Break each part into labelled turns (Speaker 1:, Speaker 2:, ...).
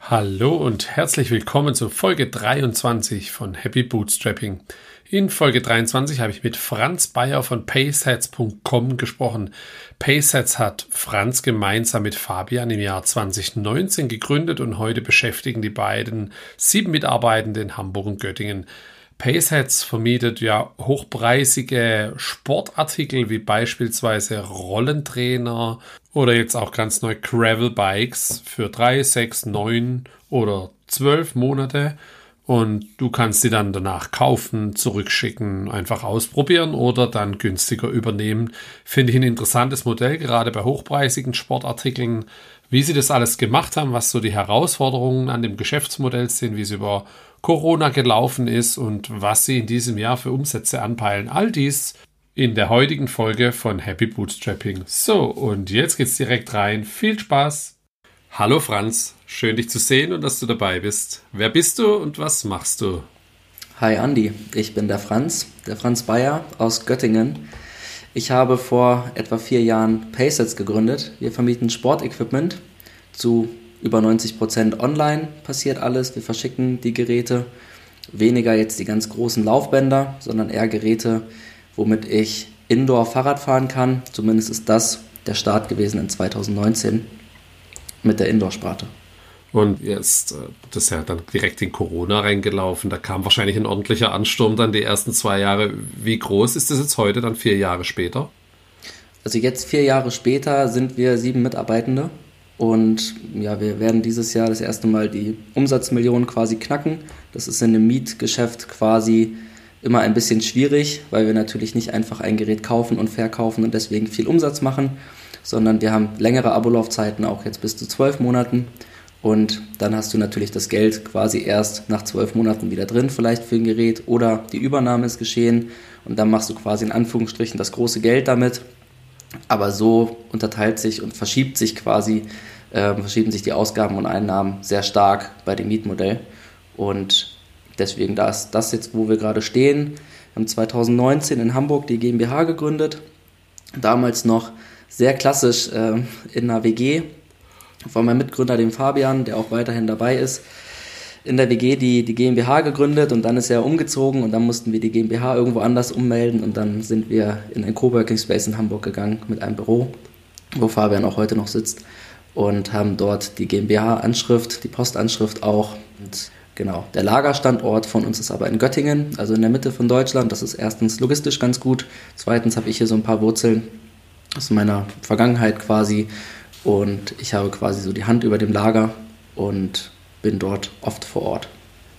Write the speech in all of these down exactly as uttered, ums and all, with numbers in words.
Speaker 1: Hallo und herzlich willkommen zur Folge dreiundzwanzig von Happy Bootstrapping. In Folge dreiundzwanzig habe ich mit Franz Beyer von paysets punkt com gesprochen. Paysets hat Franz gemeinsam mit Fabian im Jahr zwanzig neunzehn gegründet und heute beschäftigen die beiden sieben Mitarbeitende in Hamburg und Göttingen. Paysets vermietet ja hochpreisige Sportartikel wie beispielsweise Rollentrainer oder jetzt auch ganz neu Gravel-Bikes für drei, sechs, neun oder zwölf Monate. Und du kannst sie dann danach kaufen, zurückschicken, einfach ausprobieren oder dann günstiger übernehmen. Finde ich ein interessantes Modell, gerade bei hochpreisigen Sportartikeln. Wie sie das alles gemacht haben, was so die Herausforderungen an dem Geschäftsmodell sind, wie es über Corona gelaufen ist und was sie in diesem Jahr für Umsätze anpeilen. All dies in der heutigen Folge von Happy Bootstrapping. So, und jetzt geht's direkt rein. Viel Spaß! Hallo Franz, schön dich zu sehen und dass du dabei bist. Wer bist du und was machst du?
Speaker 2: Hi Andi, ich bin der Franz, der Franz Beyer aus Göttingen. Ich habe vor etwa vier Jahren Paysets gegründet. Wir vermieten Sportequipment zu über neunzig Prozent online, passiert alles. Wir verschicken die Geräte, weniger jetzt die ganz großen Laufbänder, sondern eher Geräte, womit ich Indoor Fahrrad fahren kann. Zumindest ist das der Start gewesen in zwanzig neunzehn mit der Indoor-Sparte.
Speaker 1: Und jetzt, das ist ja dann direkt in Corona reingelaufen, da kam wahrscheinlich ein ordentlicher Ansturm dann die ersten zwei Jahre. Wie groß ist das jetzt heute, dann vier Jahre später?
Speaker 2: Also jetzt vier Jahre später sind wir sieben Mitarbeitende und ja, wir werden dieses Jahr das erste Mal die Umsatzmillionen quasi knacken. Das ist in einem Mietgeschäft quasi immer ein bisschen schwierig, weil wir natürlich nicht einfach ein Gerät kaufen und verkaufen und deswegen viel Umsatz machen, sondern wir haben längere Abolaufzeiten, auch jetzt bis zu zwölf Monaten. Und dann hast du natürlich das Geld quasi erst nach zwölf Monaten wieder drin, vielleicht für ein Gerät, oder die Übernahme ist geschehen und dann machst du quasi in Anführungsstrichen das große Geld damit. Aber so unterteilt sich und verschiebt sich quasi, äh, verschieben sich die Ausgaben und Einnahmen sehr stark bei dem Mietmodell. Und deswegen da ist das jetzt, wo wir gerade stehen. Wir haben zwanzig neunzehn in Hamburg die GmbH gegründet, damals noch sehr klassisch äh, in einer W G. Von meinem Mitgründer, dem Fabian, der auch weiterhin dabei ist, in der W G die, die GmbH gegründet und dann ist er umgezogen und dann mussten wir die GmbH irgendwo anders ummelden und dann sind wir in einen Coworking Space in Hamburg gegangen mit einem Büro, wo Fabian auch heute noch sitzt, und haben dort die GmbH-Anschrift, die Postanschrift auch. Und genau, der Lagerstandort von uns ist aber in Göttingen, also in der Mitte von Deutschland. Das ist erstens logistisch ganz gut, zweitens habe ich hier so ein paar Wurzeln aus meiner Vergangenheit quasi. Und ich habe quasi so die Hand über dem Lager und bin dort oft vor Ort.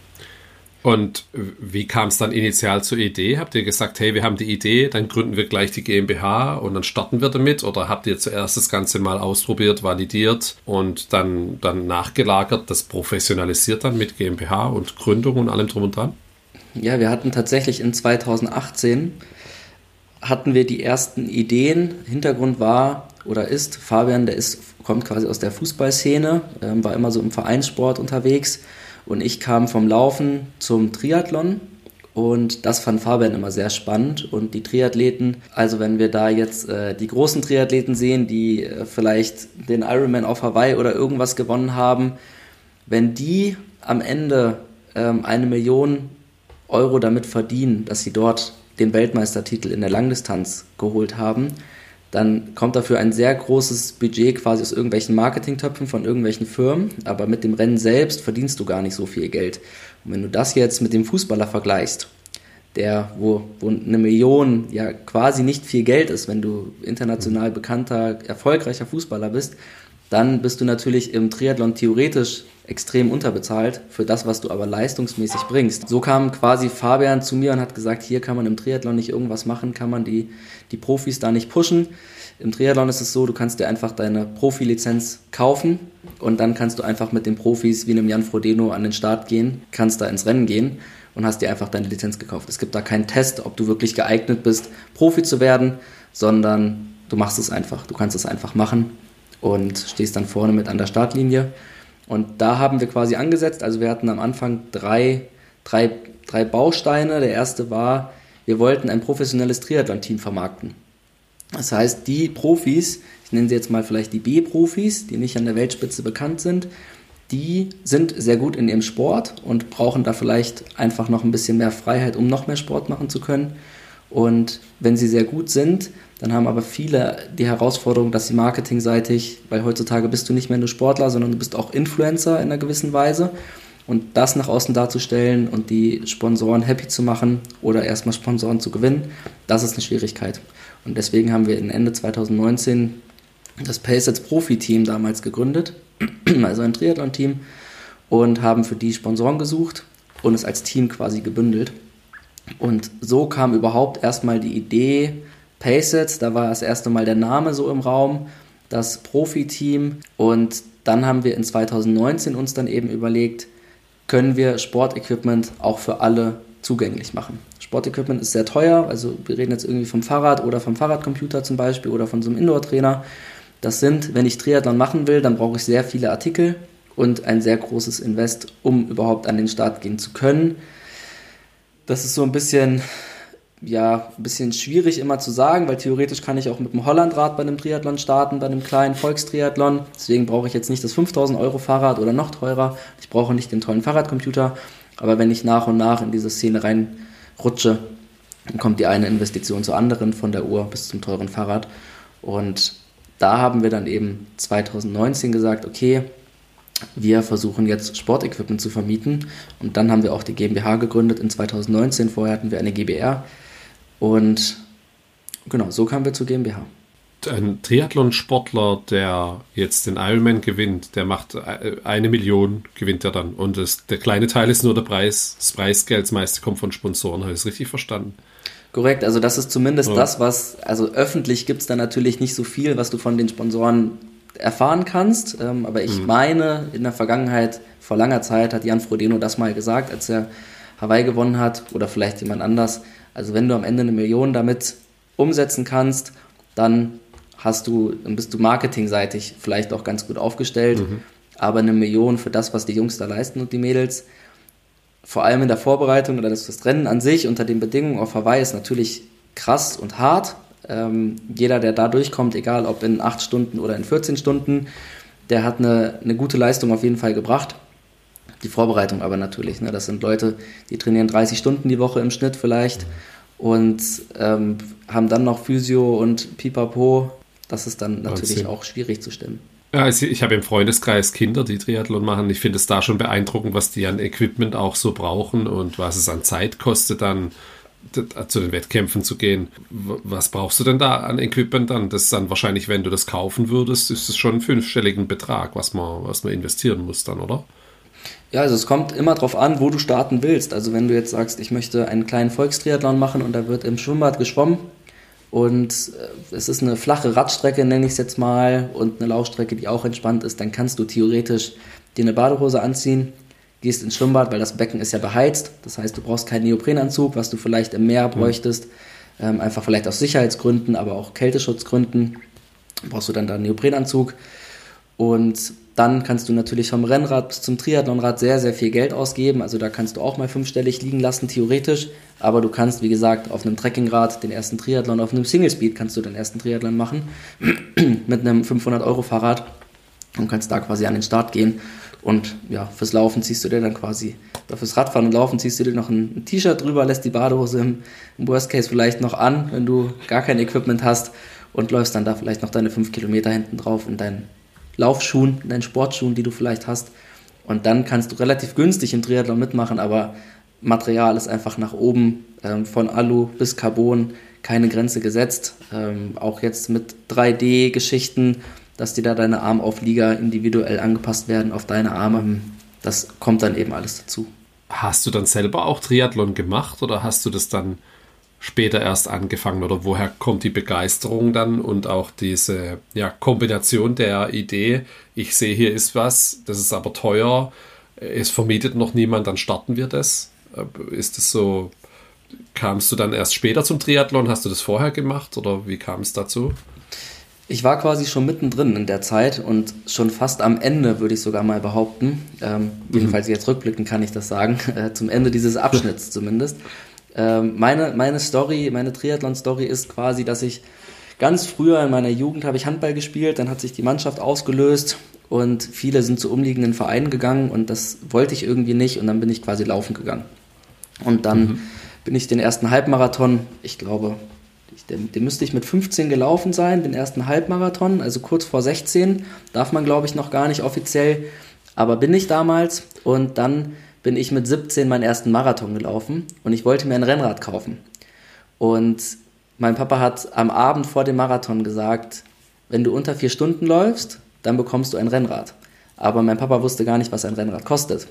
Speaker 1: Und wie kam es dann initial zur Idee? Habt ihr gesagt, hey, wir haben die Idee, dann gründen wir gleich die GmbH und dann starten wir damit? Oder habt ihr zuerst das Ganze mal ausprobiert, validiert und dann, dann nachgelagert, das professionalisiert dann mit GmbH und Gründung und allem drum und dran?
Speaker 2: Ja, wir hatten tatsächlich in zwanzig achtzehn hatten wir die ersten Ideen. Hintergrund war oder ist, Fabian, der ist, kommt quasi aus der Fußballszene, ähm, war immer so im Vereinssport unterwegs und ich kam vom Laufen zum Triathlon und das fand Fabian immer sehr spannend und die Triathleten, also wenn wir da jetzt äh, die großen Triathleten sehen, die äh, vielleicht den Ironman auf Hawaii oder irgendwas gewonnen haben, wenn die am Ende ähm, eine Million Euro damit verdienen, dass sie dort den Weltmeistertitel in der Langdistanz geholt haben, dann kommt dafür ein sehr großes Budget quasi aus irgendwelchen Marketingtöpfen von irgendwelchen Firmen, aber mit dem Rennen selbst verdienst du gar nicht so viel Geld. Und wenn du das jetzt mit dem Fußballer vergleichst, der, wo, wo eine Million ja quasi nicht viel Geld ist, wenn du international bekannter, erfolgreicher Fußballer bist, dann bist du natürlich im Triathlon theoretisch extrem unterbezahlt für das, was du aber leistungsmäßig bringst. So kam quasi Fabian zu mir und hat gesagt, hier kann man im Triathlon nicht irgendwas machen, kann man die, die Profis da nicht pushen. Im Triathlon ist es so, du kannst dir einfach deine Profilizenz kaufen und dann kannst du einfach mit den Profis wie einem Jan Frodeno an den Start gehen, kannst da ins Rennen gehen und hast dir einfach deine Lizenz gekauft. Es gibt da keinen Test, ob du wirklich geeignet bist, Profi zu werden, sondern du machst es einfach, du kannst es einfach machen und stehst dann vorne mit an der Startlinie. Und da haben wir quasi angesetzt, also wir hatten am Anfang drei, drei, drei Bausteine. Der erste war, wir wollten ein professionelles Triathlon-Team vermarkten. Das heißt, die Profis, ich nenne sie jetzt mal vielleicht die B-Profis, die nicht an der Weltspitze bekannt sind, die sind sehr gut in ihrem Sport und brauchen da vielleicht einfach noch ein bisschen mehr Freiheit, um noch mehr Sport machen zu können. Und wenn sie sehr gut sind, dann haben aber viele die Herausforderung, dass sie marketingseitig, weil heutzutage bist du nicht mehr nur Sportler, sondern du bist auch Influencer in einer gewissen Weise. Und das nach außen darzustellen und die Sponsoren happy zu machen oder erstmal Sponsoren zu gewinnen, das ist eine Schwierigkeit. Und deswegen haben wir Ende zwanzig neunzehn das PaySets Profi-Team damals gegründet, also ein Triathlon-Team, und haben für die Sponsoren gesucht und es als Team quasi gebündelt. Und so kam überhaupt erstmal die Idee PaySets, da war das erste Mal der Name so im Raum, das Profi-Team. Und dann haben wir in zwanzig neunzehn uns dann eben überlegt, können wir Sportequipment auch für alle zugänglich machen. Sportequipment ist sehr teuer, also wir reden jetzt irgendwie vom Fahrrad oder vom Fahrradcomputer zum Beispiel oder von so einem Indoor-Trainer. Das sind, wenn ich Triathlon machen will, dann brauche ich sehr viele Artikel und ein sehr großes Invest, um überhaupt an den Start gehen zu können. Das ist so ein bisschen, ja, ein bisschen schwierig immer zu sagen, weil theoretisch kann ich auch mit dem Hollandrad bei einem Triathlon starten, bei einem kleinen Volkstriathlon. Deswegen brauche ich jetzt nicht das fünftausend Euro Fahrrad oder noch teurer. Ich brauche nicht den tollen Fahrradcomputer. Aber wenn ich nach und nach in diese Szene reinrutsche, dann kommt die eine Investition zur anderen, von der Uhr bis zum teuren Fahrrad. Und da haben wir dann eben zwanzig neunzehn gesagt, okay, wir versuchen jetzt Sportequipment zu vermieten. Und dann haben wir auch die GmbH gegründet in zwanzig neunzehn. Vorher hatten wir eine GbR. Und genau, so kamen wir zur GmbH.
Speaker 1: Ein Triathlon-Sportler, der jetzt den Ironman gewinnt, der macht eine Million, gewinnt er dann. Und das, der kleine Teil ist nur der Preis. Das Preisgeld, das meiste kommt von Sponsoren. Habe ich es richtig verstanden?
Speaker 2: Korrekt, also das ist zumindest
Speaker 1: ja.
Speaker 2: das, was, also öffentlich gibt es da natürlich nicht so viel, was du von den Sponsoren erfahren kannst. Ähm, aber ich mhm. meine, in der Vergangenheit, vor langer Zeit, hat Jan Frodeno das mal gesagt, als er Hawaii gewonnen hat oder vielleicht jemand anders. Also wenn du am Ende eine Million damit umsetzen kannst, dann hast du, dann bist du marketingseitig vielleicht auch ganz gut aufgestellt. Mhm. Aber eine Million für das, was die Jungs da leisten und die Mädels, vor allem in der Vorbereitung oder das, das Rennen an sich unter den Bedingungen auf Hawaii ist natürlich krass und hart. Ähm, jeder, der da durchkommt, egal ob in acht Stunden oder in vierzehn Stunden, der hat eine, eine gute Leistung auf jeden Fall gebracht. Die Vorbereitung aber natürlich, ne? Das sind Leute, die trainieren dreißig Stunden die Woche im Schnitt vielleicht und ähm, haben dann noch Physio und Pipapo. Das ist dann natürlich auch schwierig zu stemmen.
Speaker 1: Ja, also ich habe im Freundeskreis Kinder, die Triathlon machen. Ich finde es da schon beeindruckend, was die an Equipment auch so brauchen und was es an Zeit kostet, dann zu den Wettkämpfen zu gehen. Was brauchst du denn da an Equipment dann? Das ist dann wahrscheinlich, wenn du das kaufen würdest, ist es schon ein fünfstelligen Betrag, was man, was man investieren muss dann, oder?
Speaker 2: Ja, also es kommt immer drauf an, wo du starten willst. Also wenn du jetzt sagst, ich möchte einen kleinen Volkstriathlon machen und da wird im Schwimmbad geschwommen und es ist eine flache Radstrecke, nenne ich es jetzt mal, und eine Laufstrecke, die auch entspannt ist, dann kannst du theoretisch dir eine Badehose anziehen, gehst ins Schwimmbad, weil das Becken ist ja beheizt. Das heißt, du brauchst keinen Neoprenanzug, was du vielleicht im Meer bräuchtest. Ähm, einfach vielleicht aus Sicherheitsgründen, aber auch Kälteschutzgründen brauchst du dann da einen Neoprenanzug. Und dann kannst du natürlich vom Rennrad bis zum Triathlonrad sehr, sehr viel Geld ausgeben. Also da kannst du auch mal fünfstellig liegen lassen, theoretisch. Aber du kannst, wie gesagt, auf einem Trekkingrad den ersten Triathlon, auf einem Single Speed kannst du den ersten Triathlon machen. Mit einem fünfhundert Euro Fahrrad. Und kannst da quasi an den Start gehen. Und ja, fürs Laufen ziehst du dir dann quasi, oder fürs Radfahren und Laufen ziehst du dir noch ein, ein T-Shirt drüber, lässt die Badehose im, im Worst Case vielleicht noch an, wenn du gar kein Equipment hast und läufst dann da vielleicht noch deine fünf Kilometer hinten drauf in deinen Laufschuhen, in deinen Sportschuhen, die du vielleicht hast. Und dann kannst du relativ günstig im Triathlon mitmachen, aber Material ist einfach nach oben, ähm, von Alu bis Carbon, keine Grenze gesetzt. Ähm, auch jetzt mit drei D-Geschichten, dass dir da deine Armauflieger individuell angepasst werden auf deine Arme. Das kommt dann eben alles dazu.
Speaker 1: Hast du dann selber auch Triathlon gemacht oder hast du das dann später erst angefangen? Oder woher kommt die Begeisterung dann und auch diese ja, Kombination der Idee, ich sehe, hier ist was, das ist aber teuer, es vermietet noch niemand, dann starten wir das? Ist das so, kamst du dann erst später zum Triathlon? Hast du das vorher gemacht oder wie kam es dazu?
Speaker 2: Ich war quasi schon mittendrin in der Zeit und schon fast am Ende, würde ich sogar mal behaupten. Ähm, jedenfalls jetzt rückblickend kann ich das sagen, äh, zum Ende dieses Abschnitts zumindest. Ähm, meine, meine Story, meine Triathlon-Story ist quasi, dass ich ganz früher in meiner Jugend habe ich Handball gespielt, dann hat sich die Mannschaft ausgelöst und viele sind zu umliegenden Vereinen gegangen und das wollte ich irgendwie nicht und dann bin ich quasi laufen gegangen. Und dann mhm. bin ich den ersten Halbmarathon, ich glaube, den, den müsste ich mit fünfzehn gelaufen sein, den ersten Halbmarathon, also kurz vor sechzehn, darf man glaube ich noch gar nicht offiziell, aber bin ich damals und dann bin ich mit siebzehn meinen ersten Marathon gelaufen und ich wollte mir ein Rennrad kaufen. Und mein Papa hat am Abend vor dem Marathon gesagt, wenn du unter vier Stunden läufst, dann bekommst du ein Rennrad. Aber mein Papa wusste gar nicht, was ein Rennrad kostet.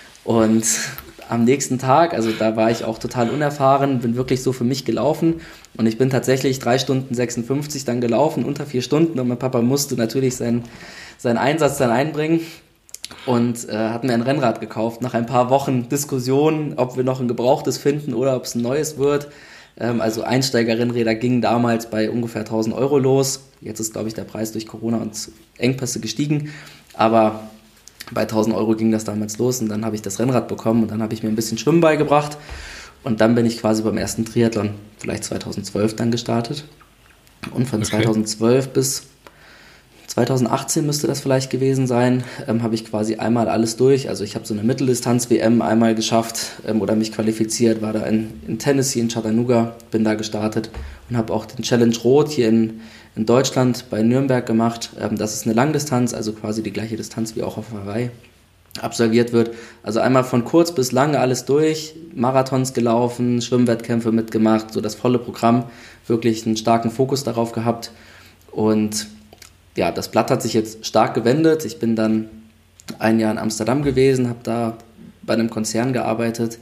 Speaker 2: Und am nächsten Tag, also da war ich auch total unerfahren, bin wirklich so für mich gelaufen und ich bin tatsächlich drei Stunden sechsundfünfzig dann gelaufen, unter vier Stunden und mein Papa musste natürlich seinen, seinen Einsatz dann einbringen und äh, hat mir ein Rennrad gekauft. Nach ein paar Wochen Diskussion, ob wir noch ein gebrauchtes finden oder ob es ein neues wird. Ähm, also Einsteiger-Rennräder gingen damals bei ungefähr tausend Euro los. Jetzt ist, glaube ich, der Preis durch Corona und Engpässe gestiegen, aber bei tausend Euro ging das damals los und dann habe ich das Rennrad bekommen und dann habe ich mir ein bisschen Schwimmen beigebracht und dann bin ich quasi beim ersten Triathlon, vielleicht zweitausendzwölf dann gestartet und von okay. zweitausendzwölf bis zweitausendachtzehn müsste das vielleicht gewesen sein, ähm, habe ich quasi einmal alles durch, also ich habe so eine Mitteldistanz-W M einmal geschafft ähm, oder mich qualifiziert, war da in, in Tennessee, in Chattanooga, bin da gestartet und habe auch den Challenge Rot hier in in Deutschland bei Nürnberg gemacht. Das ist eine Langdistanz, also quasi die gleiche Distanz wie auch auf Hawaii absolviert wird. Also einmal von kurz bis lang alles durch, Marathons gelaufen, Schwimmwettkämpfe mitgemacht, so das volle Programm, wirklich einen starken Fokus darauf gehabt. Und ja, das Blatt hat sich jetzt stark gewendet. Ich bin dann ein Jahr in Amsterdam gewesen, habe da bei einem Konzern gearbeitet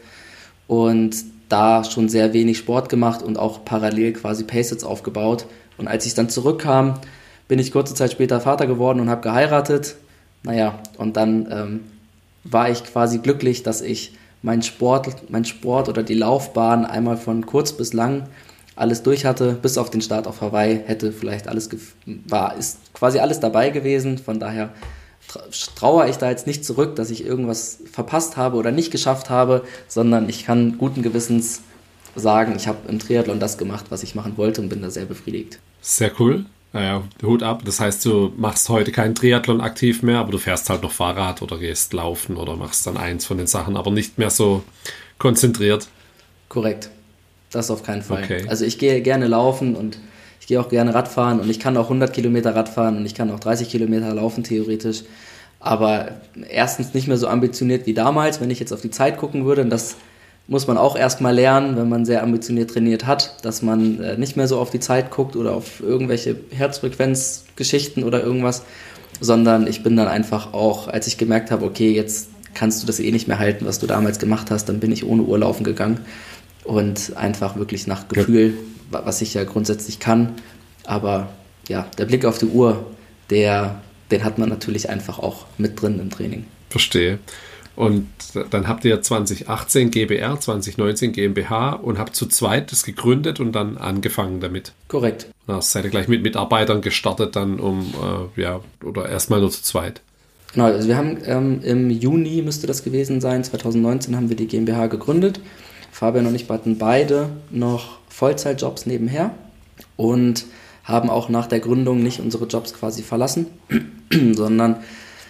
Speaker 2: und da schon sehr wenig Sport gemacht und auch parallel quasi Pace-Sets aufgebaut. Und als ich dann zurückkam, bin ich kurze Zeit später Vater geworden und habe geheiratet. Naja, und dann ähm, war ich quasi glücklich, dass ich mein Sport, mein Sport oder die Laufbahn einmal von kurz bis lang alles durch hatte, bis auf den Start auf Hawaii hätte vielleicht alles, gef- war, ist quasi alles dabei gewesen. Von daher trauere ich da jetzt nicht zurück, dass ich irgendwas verpasst habe oder nicht geschafft habe, sondern ich kann guten Gewissens sagen, ich habe im Triathlon das gemacht, was ich machen wollte und bin da sehr befriedigt.
Speaker 1: Sehr cool. Naja, Hut ab. Das heißt, du machst heute keinen Triathlon aktiv mehr, aber du fährst halt noch Fahrrad oder gehst laufen oder machst dann eins von den Sachen, aber nicht mehr so konzentriert.
Speaker 2: Korrekt. Das auf keinen Fall.
Speaker 1: Okay.
Speaker 2: Also ich gehe gerne laufen und ich gehe auch gerne Radfahren und ich kann auch hundert Kilometer Radfahren und ich kann auch dreißig Kilometer laufen theoretisch. Aber erstens nicht mehr so ambitioniert wie damals, wenn ich jetzt auf die Zeit gucken würde. Und das muss man auch erstmal lernen, wenn man sehr ambitioniert trainiert hat, dass man äh, nicht mehr so auf die Zeit guckt oder auf irgendwelche Herzfrequenzgeschichten oder irgendwas, sondern ich bin dann einfach auch, als ich gemerkt habe, okay, jetzt kannst du das eh nicht mehr halten, was du damals gemacht hast, dann bin ich ohne Uhr laufen gegangen und einfach wirklich nach Gefühl, ja. was ich ja grundsätzlich kann, aber ja, der Blick auf die Uhr, der, den hat man natürlich einfach auch mit drin im Training. Verstehe.
Speaker 1: Und dann habt ihr zwanzig achtzehn G B R, zwanzig neunzehn GmbH und habt zu zweit das gegründet und dann angefangen damit.
Speaker 2: Korrekt.
Speaker 1: Na, seid ihr gleich mit Mitarbeitern gestartet dann um, äh, ja, oder erstmal nur zu zweit?
Speaker 2: Genau, also wir haben ähm, im Juni müsste das gewesen sein, zwanzig neunzehn haben wir die GmbH gegründet. Fabian und ich hatten beide noch Vollzeitjobs nebenher und haben auch nach der Gründung nicht unsere Jobs quasi verlassen, sondern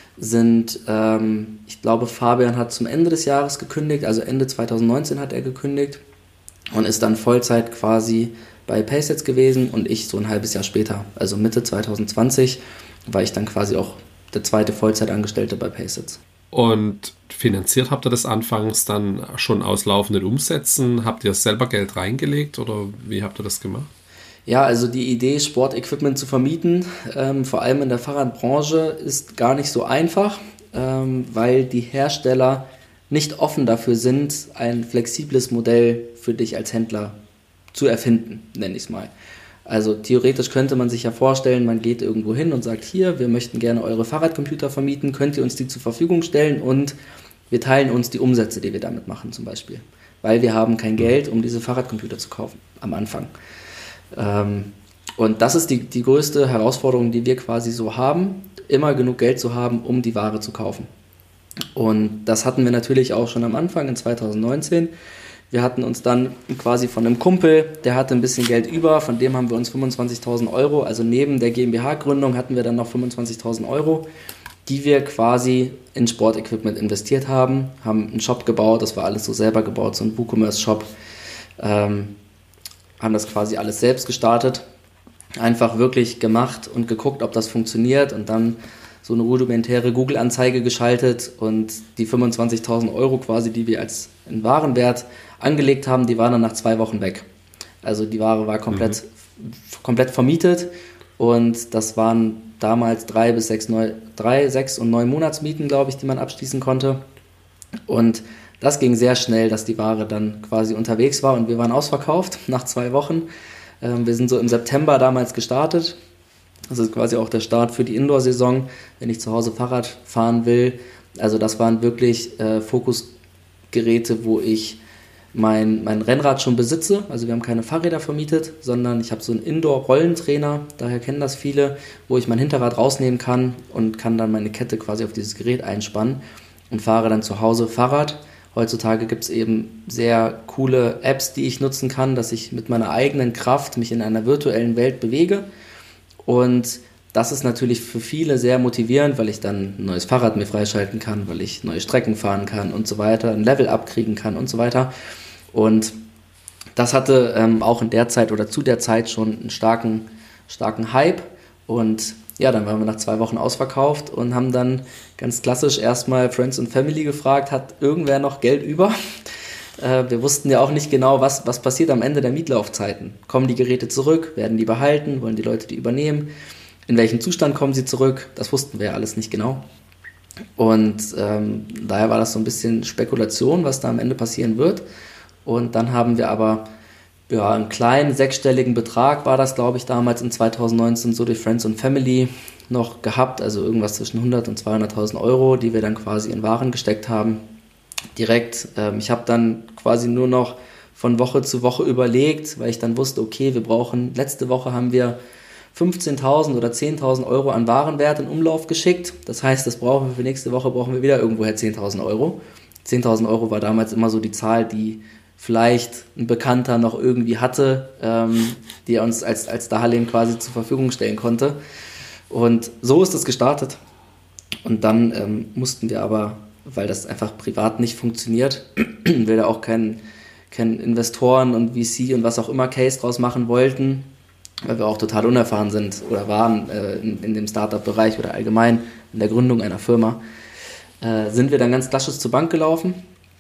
Speaker 2: sind, ähm, ich glaube, Fabian hat zum Ende des Jahres gekündigt, also Ende zwanzig neunzehn hat er gekündigt und ist dann Vollzeit quasi bei Pace-Sets gewesen und ich so ein halbes Jahr später, also Mitte zwanzig zwanzig, war ich dann quasi auch der zweite Vollzeitangestellte bei Pace-Sets.
Speaker 1: Und finanziert habt ihr das anfangs dann schon aus laufenden Umsätzen? Habt ihr selber Geld reingelegt oder wie habt ihr das gemacht?
Speaker 2: Ja, also die Idee, Sportequipment zu vermieten, ähm, vor allem in der Fahrradbranche, ist gar nicht so einfach, ähm, weil die Hersteller nicht offen dafür sind, ein flexibles Modell für dich als Händler zu erfinden, nenne ich es mal. Also theoretisch könnte man sich ja vorstellen, man geht irgendwo hin und sagt, hier, wir möchten gerne eure Fahrradcomputer vermieten, könnt ihr uns die zur Verfügung stellen und wir teilen uns die Umsätze, die wir damit machen zum Beispiel. Weil wir haben kein Geld, um diese Fahrradcomputer zu kaufen am Anfang. Ähm, und das ist die, die größte Herausforderung, die wir quasi so haben, immer genug Geld zu haben, um die Ware zu kaufen. Und das hatten wir natürlich auch schon am Anfang in zwanzig neunzehn. Wir hatten uns dann quasi von einem Kumpel, der hatte ein bisschen Geld über, von dem haben wir uns fünfundzwanzigtausend Euro, also neben der GmbH-Gründung hatten wir dann noch fünfundzwanzigtausend Euro, die wir quasi in Sportequipment investiert haben, haben einen Shop gebaut, das war alles so selber gebaut, so ein WooCommerce-Shop, ähm, haben das quasi alles selbst gestartet, einfach wirklich gemacht und geguckt, ob das funktioniert und dann so eine rudimentäre Google-Anzeige geschaltet und die fünfundzwanzigtausend Euro quasi, die wir als in Warenwert angelegt haben, die waren dann nach zwei Wochen weg. Also die Ware war komplett, mhm. komplett vermietet und das waren damals drei bis sechs, neu, drei, sechs und neun Monatsmieten, glaube ich, die man abschließen konnte. Und das ging sehr schnell, dass die Ware dann quasi unterwegs war und wir waren ausverkauft nach zwei Wochen. Ähm, wir sind so im September damals gestartet. Das ist quasi auch der Start für die Indoor-Saison, wenn ich zu Hause Fahrrad fahren will. Also das waren wirklich äh, Fokusgeräte, wo ich mein, mein Rennrad schon besitze. Also wir haben keine Fahrräder vermietet, sondern ich habe so einen Indoor-Rollentrainer, daher kennen das viele, wo ich mein Hinterrad rausnehmen kann und kann dann meine Kette quasi auf dieses Gerät einspannen und fahre dann zu Hause Fahrrad. Heutzutage gibt es eben sehr coole Apps, die ich nutzen kann, dass ich mit meiner eigenen Kraft mich in einer virtuellen Welt bewege. Und das ist natürlich für viele sehr motivierend, weil ich dann ein neues Fahrrad mir freischalten kann, weil ich neue Strecken fahren kann und so weiter, ein Level abkriegen kann und so weiter. Und das hatte ähm, auch in der Zeit oder zu der Zeit schon einen starken, starken Hype. Und ja, dann waren wir nach zwei Wochen ausverkauft und haben dann ganz klassisch erstmal Friends und Family gefragt, hat irgendwer noch Geld über? Äh, wir wussten ja auch nicht genau, was, was passiert am Ende der Mietlaufzeiten. Kommen die Geräte zurück? Werden die behalten? Wollen die Leute die übernehmen? In welchem Zustand kommen sie zurück? Das wussten wir ja alles nicht genau. Und ähm, daher war das so ein bisschen Spekulation, was da am Ende passieren wird. Und dann haben wir aber ja, einen kleinen sechsstelligen Betrag war das, glaube ich, damals in zweitausendneunzehn so durch Friends und Family noch gehabt, also irgendwas zwischen hundert und zweihunderttausend Euro, die wir dann quasi in Waren gesteckt haben, direkt. Ähm, ich habe dann quasi nur noch von Woche zu Woche überlegt, weil ich dann wusste, okay, wir brauchen, letzte Woche haben wir fünfzehntausend oder zehntausend Euro an Warenwert in Umlauf geschickt, das heißt, das brauchen wir für nächste Woche, brauchen wir wieder irgendwoher zehntausend Euro. zehntausend Euro war damals immer so die Zahl, die vielleicht ein Bekannter noch irgendwie hatte, ähm, die er uns als, als Darlehen quasi zur Verfügung stellen konnte. Und so ist es gestartet. Und dann ähm, mussten wir aber, weil das einfach privat nicht funktioniert, wir da auch keinen kein Investoren und V C und was auch immer Case draus machen wollten, weil wir auch total unerfahren sind oder waren äh, in, in dem Startup-Bereich oder allgemein in der Gründung einer Firma, äh, sind wir dann ganz klassisch zur Bank gelaufen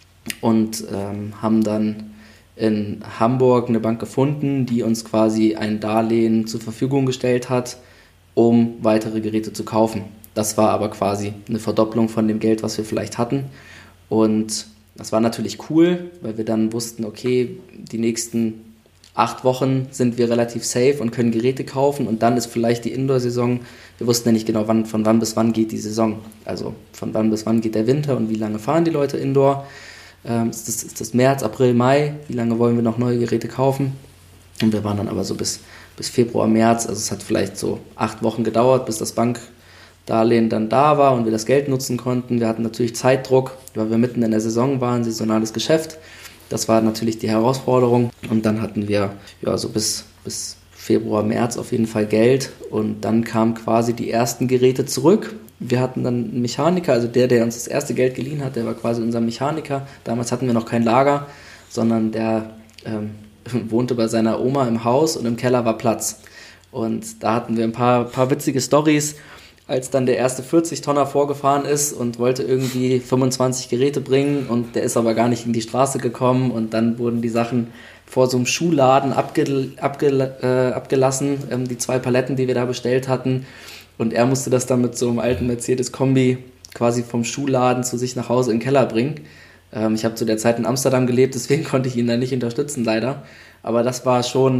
Speaker 2: und ähm, haben dann in Hamburg eine Bank gefunden, die uns quasi ein Darlehen zur Verfügung gestellt hat, um weitere Geräte zu kaufen. Das war aber quasi eine Verdopplung von dem Geld, was wir vielleicht hatten. Und das war natürlich cool, weil wir dann wussten, okay, die nächsten acht Wochen sind wir relativ safe und können Geräte kaufen und dann ist vielleicht die Indoor-Saison, wir wussten ja nicht genau, wann, von wann bis wann geht die Saison. Also von wann bis wann geht der Winter und wie lange fahren die Leute Indoor. Ähm, ist, das, ist das März, April, Mai? Wie lange wollen wir noch neue Geräte kaufen? Und wir waren dann aber so bis, bis Februar, März. Also es hat vielleicht so acht Wochen gedauert, bis das Bankdarlehen dann da war und wir das Geld nutzen konnten. Wir hatten natürlich Zeitdruck, weil wir mitten in der Saison waren, saisonales Geschäft. Das war natürlich die Herausforderung. Und dann hatten wir ja so bis, bis Februar, März auf jeden Fall Geld. Und dann kamen quasi die ersten Geräte zurück. Wir hatten dann einen Mechaniker, also der, der uns das erste Geld geliehen hat, der war quasi unser Mechaniker. Damals hatten wir noch kein Lager, sondern der ähm, wohnte bei seiner Oma im Haus und im Keller war Platz. Und da hatten wir ein paar, paar witzige Storys, als dann der erste vierzig-Tonner vorgefahren ist und wollte irgendwie fünfundzwanzig Geräte bringen und der ist aber gar nicht in die Straße gekommen und dann wurden die Sachen vor so einem Schuhladen abge, abge, äh, abgelassen, ähm, die zwei Paletten, die wir da bestellt hatten. Und er musste das dann mit so einem alten Mercedes-Kombi quasi vom Schuhladen zu sich nach Hause in den Keller bringen. Ähm, ich habe zu der Zeit in Amsterdam gelebt, deswegen konnte ich ihn da nicht unterstützen, leider. Aber das war schon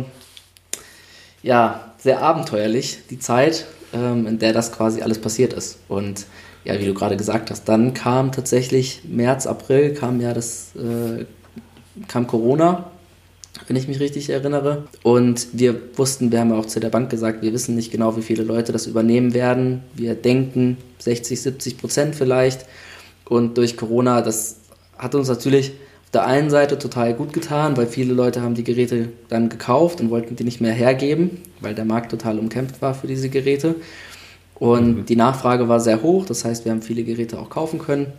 Speaker 2: ja, sehr abenteuerlich, die Zeit, ähm, in der das quasi alles passiert ist. Und ja, wie du gerade gesagt hast, dann kam tatsächlich März, April, kam ja das, äh, kam Corona, wenn ich mich richtig erinnere. Und wir wussten, wir haben ja auch zu der Bank gesagt, wir wissen nicht genau, wie viele Leute das übernehmen werden. Wir denken sechzig, siebzig Prozent vielleicht. Und durch Corona, das hat uns natürlich auf der einen Seite total gut getan, weil viele Leute haben die Geräte dann gekauft und wollten die nicht mehr hergeben, weil der Markt total umkämpft war für diese Geräte. Und mhm. die Nachfrage war sehr hoch, das heißt, wir haben viele Geräte auch kaufen können.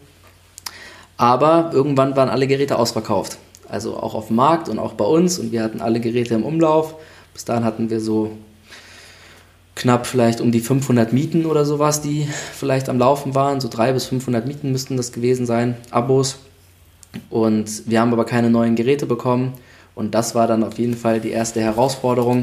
Speaker 2: Aber irgendwann waren alle Geräte ausverkauft, also auch auf dem Markt und auch bei uns, und wir hatten alle Geräte im Umlauf. Bis dahin hatten wir so knapp vielleicht um die fünfhundert Mieten oder sowas, die vielleicht am Laufen waren, so dreihundert bis fünfhundert Mieten müssten das gewesen sein, Abos. Und wir haben aber keine neuen Geräte bekommen, und das war dann auf jeden Fall die erste Herausforderung,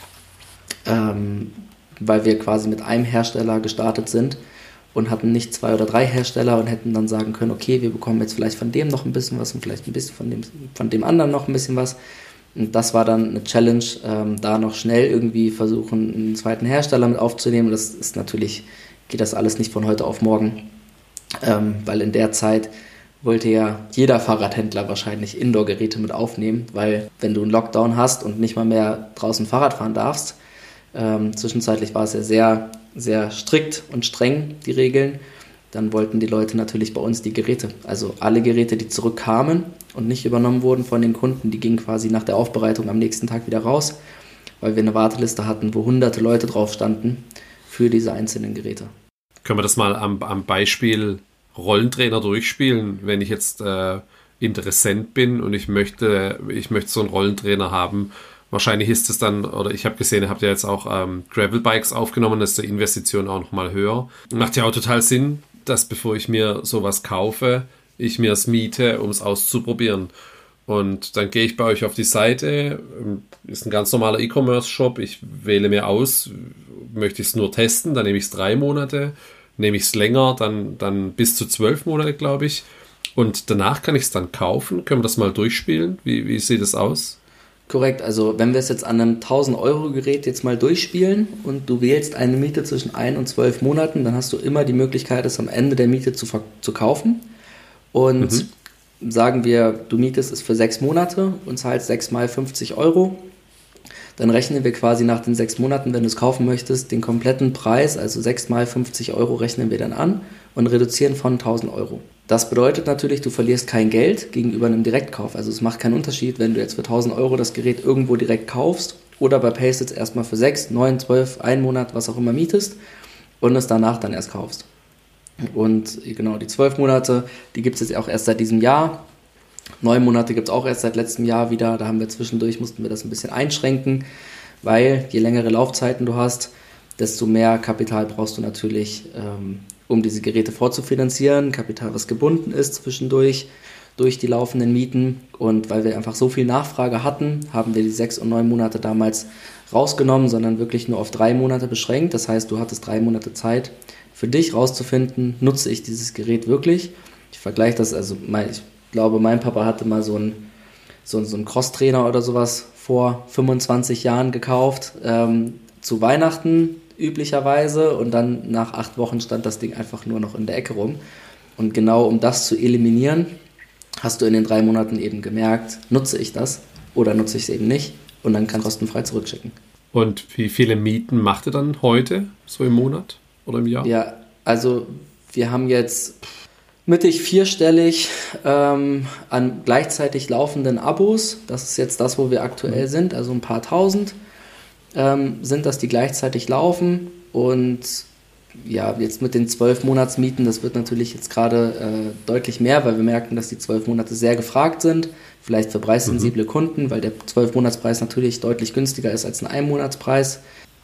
Speaker 2: ähm, weil wir quasi mit einem Hersteller gestartet sind und hatten nicht zwei oder drei Hersteller und hätten dann sagen können, okay, wir bekommen jetzt vielleicht von dem noch ein bisschen was und vielleicht ein bisschen von dem, von dem anderen noch ein bisschen was. Und das war dann eine Challenge, ähm, da noch schnell irgendwie versuchen, einen zweiten Hersteller mit aufzunehmen. Und das ist natürlich, geht das alles nicht von heute auf morgen, ähm, weil in der Zeit wollte ja jeder Fahrradhändler wahrscheinlich Indoor-Geräte mit aufnehmen, weil wenn du einen Lockdown hast und nicht mal mehr draußen Fahrrad fahren darfst, ähm, zwischenzeitlich war es ja sehr, sehr strikt und streng, die Regeln, dann wollten die Leute natürlich bei uns die Geräte. Also alle Geräte, die zurückkamen und nicht übernommen wurden von den Kunden, die gingen quasi nach der Aufbereitung am nächsten Tag wieder raus, weil wir eine Warteliste hatten, wo hunderte Leute drauf standen für diese einzelnen Geräte.
Speaker 1: Können wir das mal am, am Beispiel Rollentrainer durchspielen, wenn ich jetzt äh, Interessent bin und ich möchte, ich möchte so einen Rollentrainer haben. Wahrscheinlich ist es dann, oder ich habe gesehen, ihr habt ja jetzt auch ähm, Gravelbikes aufgenommen, das ist die Investition auch nochmal höher. Macht ja auch total Sinn, dass bevor ich mir sowas kaufe, ich mir es miete, um es auszuprobieren. Und dann gehe ich bei euch auf die Seite, ist ein ganz normaler E-Commerce-Shop, ich wähle mir aus, möchte ich es nur testen, dann nehme ich es drei Monate, nehme ich es länger, dann, dann bis zu zwölf Monate, glaube ich. Und danach kann ich es dann kaufen. Können wir das mal durchspielen? Wie, wie sieht es aus?
Speaker 2: Korrekt, also wenn wir es jetzt an einem tausend Euro Gerät jetzt mal durchspielen und du wählst eine Miete zwischen ein und zwölf Monaten, dann hast du immer die Möglichkeit, es am Ende der Miete zu, zu kaufen. Und mhm. sagen wir, du mietest es für sechs Monate und zahlst sechs mal fünfzig Euro. Dann rechnen wir quasi nach den sechs Monaten, wenn du es kaufen möchtest, den kompletten Preis, also sechs mal fünfzig Euro rechnen wir dann an und reduzieren von tausend Euro. Das bedeutet natürlich, du verlierst kein Geld gegenüber einem Direktkauf. Also es macht keinen Unterschied, wenn du jetzt für tausend Euro das Gerät irgendwo direkt kaufst oder bei Pace erstmal für sechs, neun, zwölf, einen Monat, was auch immer mietest und es danach dann erst kaufst. Und genau, die zwölf Monate, die gibt es jetzt auch erst seit diesem Jahr. Neun Monate gibt es auch erst seit letztem Jahr wieder. Da haben wir zwischendurch, mussten wir das ein bisschen einschränken, weil je längere Laufzeiten du hast, desto mehr Kapital brauchst du natürlich, ähm, um diese Geräte vorzufinanzieren. Kapital, was gebunden ist zwischendurch durch die laufenden Mieten. Und weil wir einfach so viel Nachfrage hatten, haben wir die sechs und neun Monate damals rausgenommen, sondern wirklich nur auf drei Monate beschränkt. Das heißt, du hattest drei Monate Zeit für dich rauszufinden, nutze ich dieses Gerät wirklich. Ich vergleiche das, also mein, ich glaube, mein Papa hatte mal so einen so, so einen Crosstrainer oder sowas vor fünfundzwanzig Jahren gekauft, ähm, zu Weihnachten üblicherweise, und dann nach acht Wochen stand das Ding einfach nur noch in der Ecke rum. Und genau um das zu eliminieren, hast du in den drei Monaten eben gemerkt, nutze ich das oder nutze ich es eben nicht, und dann kann kostenfrei zurückschicken.
Speaker 1: Und wie viele Mieten macht ihr dann heute, so im Monat oder im Jahr?
Speaker 2: Ja, also wir haben jetzt mittig vierstellig ähm, an gleichzeitig laufenden Abos. Das ist jetzt das, wo wir aktuell sind, also ein paar tausend ähm, sind das, die gleichzeitig laufen. Und ja, jetzt mit den zwölf Monatsmieten, das wird natürlich jetzt gerade äh, deutlich mehr, weil wir merken, dass die zwölf Monate sehr gefragt sind. Vielleicht für preissensible mhm. Kunden, weil der zwölf Monatspreis natürlich deutlich günstiger ist als ein Ein-Monatspreis.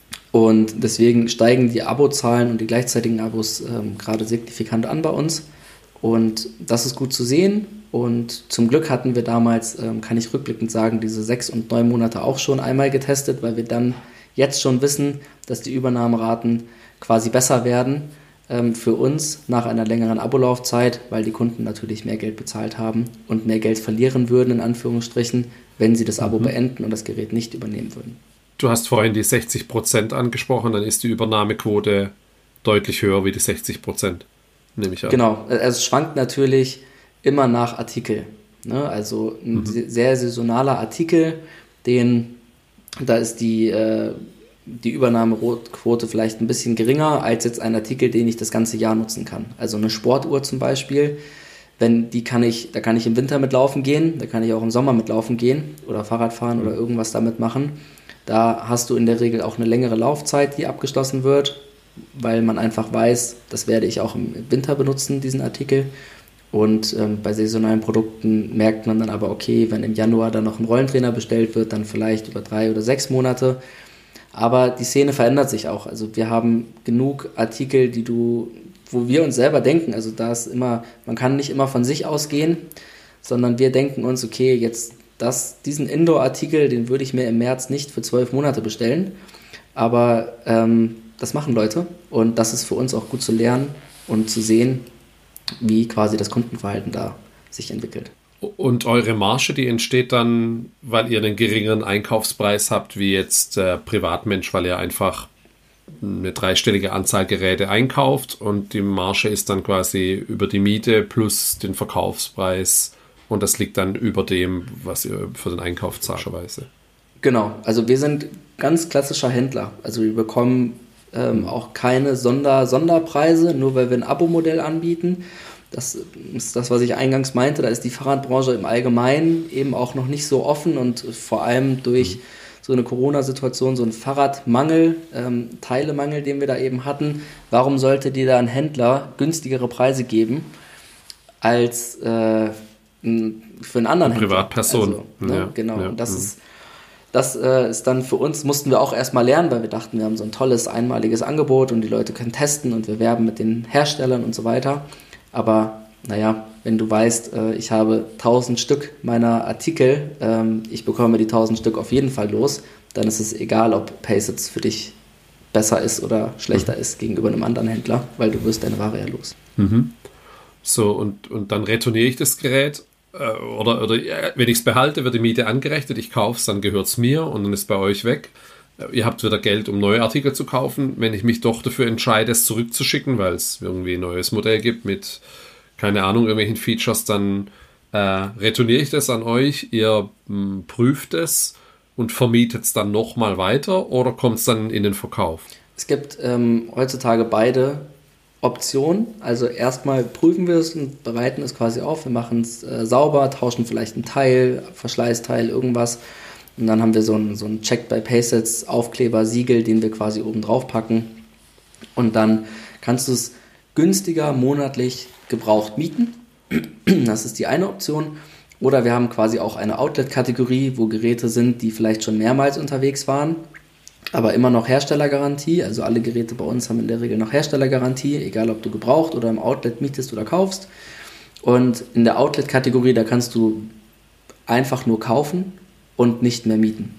Speaker 2: Und deswegen steigen die Abozahlen und die gleichzeitigen Abos ähm, gerade signifikant an bei uns. Und das ist gut zu sehen. Und zum Glück hatten wir damals, ähm, kann ich rückblickend sagen, diese sechs und neun Monate auch schon einmal getestet, weil wir dann jetzt schon wissen, dass die Übernahmeraten quasi besser werden ähm, für uns nach einer längeren Abolaufzeit, weil die Kunden natürlich mehr Geld bezahlt haben und mehr Geld verlieren würden, in Anführungsstrichen, wenn sie das Abo mhm. beenden und das Gerät nicht übernehmen würden.
Speaker 1: Du hast vorhin die sechzig Prozent angesprochen, dann ist die Übernahmequote deutlich höher wie die sechzig Prozent, nehme ich an.
Speaker 2: Genau, es schwankt natürlich immer nach Artikel. Ne? Also ein mhm. sehr saisonaler Artikel, den, da ist die, äh, die Übernahmequote vielleicht ein bisschen geringer als jetzt ein Artikel, den ich das ganze Jahr nutzen kann. Also eine Sportuhr zum Beispiel, wenn die kann ich, da kann ich im Winter mitlaufen gehen, da kann ich auch im Sommer mitlaufen gehen oder Fahrrad fahren oder irgendwas damit machen. Da hast du in der Regel auch eine längere Laufzeit, die abgeschlossen wird, weil man einfach weiß, das werde ich auch im Winter benutzen, diesen Artikel. Und ähm, bei saisonalen Produkten merkt man dann aber, okay, wenn im Januar dann noch ein Rollentrainer bestellt wird, dann vielleicht über drei oder sechs Monate. Aber die Szene verändert sich auch. Also wir haben genug Artikel, die du, wo wir uns selber denken, also da ist immer, man kann nicht immer von sich ausgehen, sondern wir denken uns, okay, jetzt das, diesen Indoor-Artikel, den würde ich mir im März nicht für zwölf Monate bestellen. Aber ähm, das machen Leute und das ist für uns auch gut zu lernen und zu sehen, wie quasi das Kundenverhalten da sich entwickelt.
Speaker 1: Und eure Marge, die entsteht dann, weil ihr einen geringeren Einkaufspreis habt, wie jetzt äh, Privatmensch, weil ihr einfach eine dreistellige Anzahl Geräte einkauft und die Marge ist dann quasi über die Miete plus den Verkaufspreis und das liegt dann über dem, was ihr für den Einkauf zahlt.
Speaker 2: Genau, also wir sind ganz klassischer Händler. Also wir bekommen ähm, auch keine Sonder- Sonderpreise, nur weil wir ein Abo-Modell anbieten. Das ist das, was ich eingangs meinte. Da ist die Fahrradbranche im Allgemeinen eben auch noch nicht so offen und vor allem durch so eine Corona-Situation, so ein Fahrradmangel, ähm, Teilemangel, den wir da eben hatten. Warum sollte dir da ein Händler günstigere Preise geben als äh, für einen anderen Händler?
Speaker 1: Privatperson.
Speaker 2: Also, ne,
Speaker 1: ja,
Speaker 2: genau.
Speaker 1: Ja,
Speaker 2: und das
Speaker 1: mhm.
Speaker 2: ist Das äh, ist dann für uns, mussten wir auch erstmal lernen, weil wir dachten, wir haben so ein tolles, einmaliges Angebot und die Leute können testen und wir werben mit den Herstellern und so weiter. Aber naja, wenn du weißt, äh, ich habe tausend Stück meiner Artikel, ähm, ich bekomme die tausend Stück auf jeden Fall los, dann ist es egal, ob Pace für dich besser ist oder schlechter mhm. ist gegenüber einem anderen Händler, weil du wirst deine Ware ja los.
Speaker 1: Mhm. So, und, und dann retourniere ich das Gerät. Oder, oder wenn ich es behalte, wird die Miete angerechnet, ich kaufe es, dann gehört es mir und dann ist es bei euch weg. Ihr habt wieder Geld, um neue Artikel zu kaufen. Wenn ich mich doch dafür entscheide, es zurückzuschicken, weil es irgendwie ein neues Modell gibt mit, keine Ahnung, irgendwelchen Features, dann äh, retourniere ich das an euch, ihr mh, prüft es und vermietet es dann nochmal weiter oder kommt es dann in den Verkauf?
Speaker 2: Es gibt ähm, heutzutage beide Option. Also erstmal prüfen wir es und bereiten es quasi auf. Wir machen es äh, sauber, tauschen vielleicht ein Teil, Verschleißteil, irgendwas. Und dann haben wir so einen so einen Check by Paysets Aufkleber, Siegel, den wir quasi oben drauf packen. Und dann kannst du es günstiger monatlich gebraucht mieten. Das ist die eine Option. Oder wir haben quasi auch eine Outlet-Kategorie, wo Geräte sind, die vielleicht schon mehrmals unterwegs waren, aber immer noch Herstellergarantie. Also alle Geräte bei uns haben in der Regel noch Herstellergarantie, egal ob du gebraucht oder im Outlet mietest oder kaufst. Und in der Outlet-Kategorie, da kannst du einfach nur kaufen und nicht mehr mieten.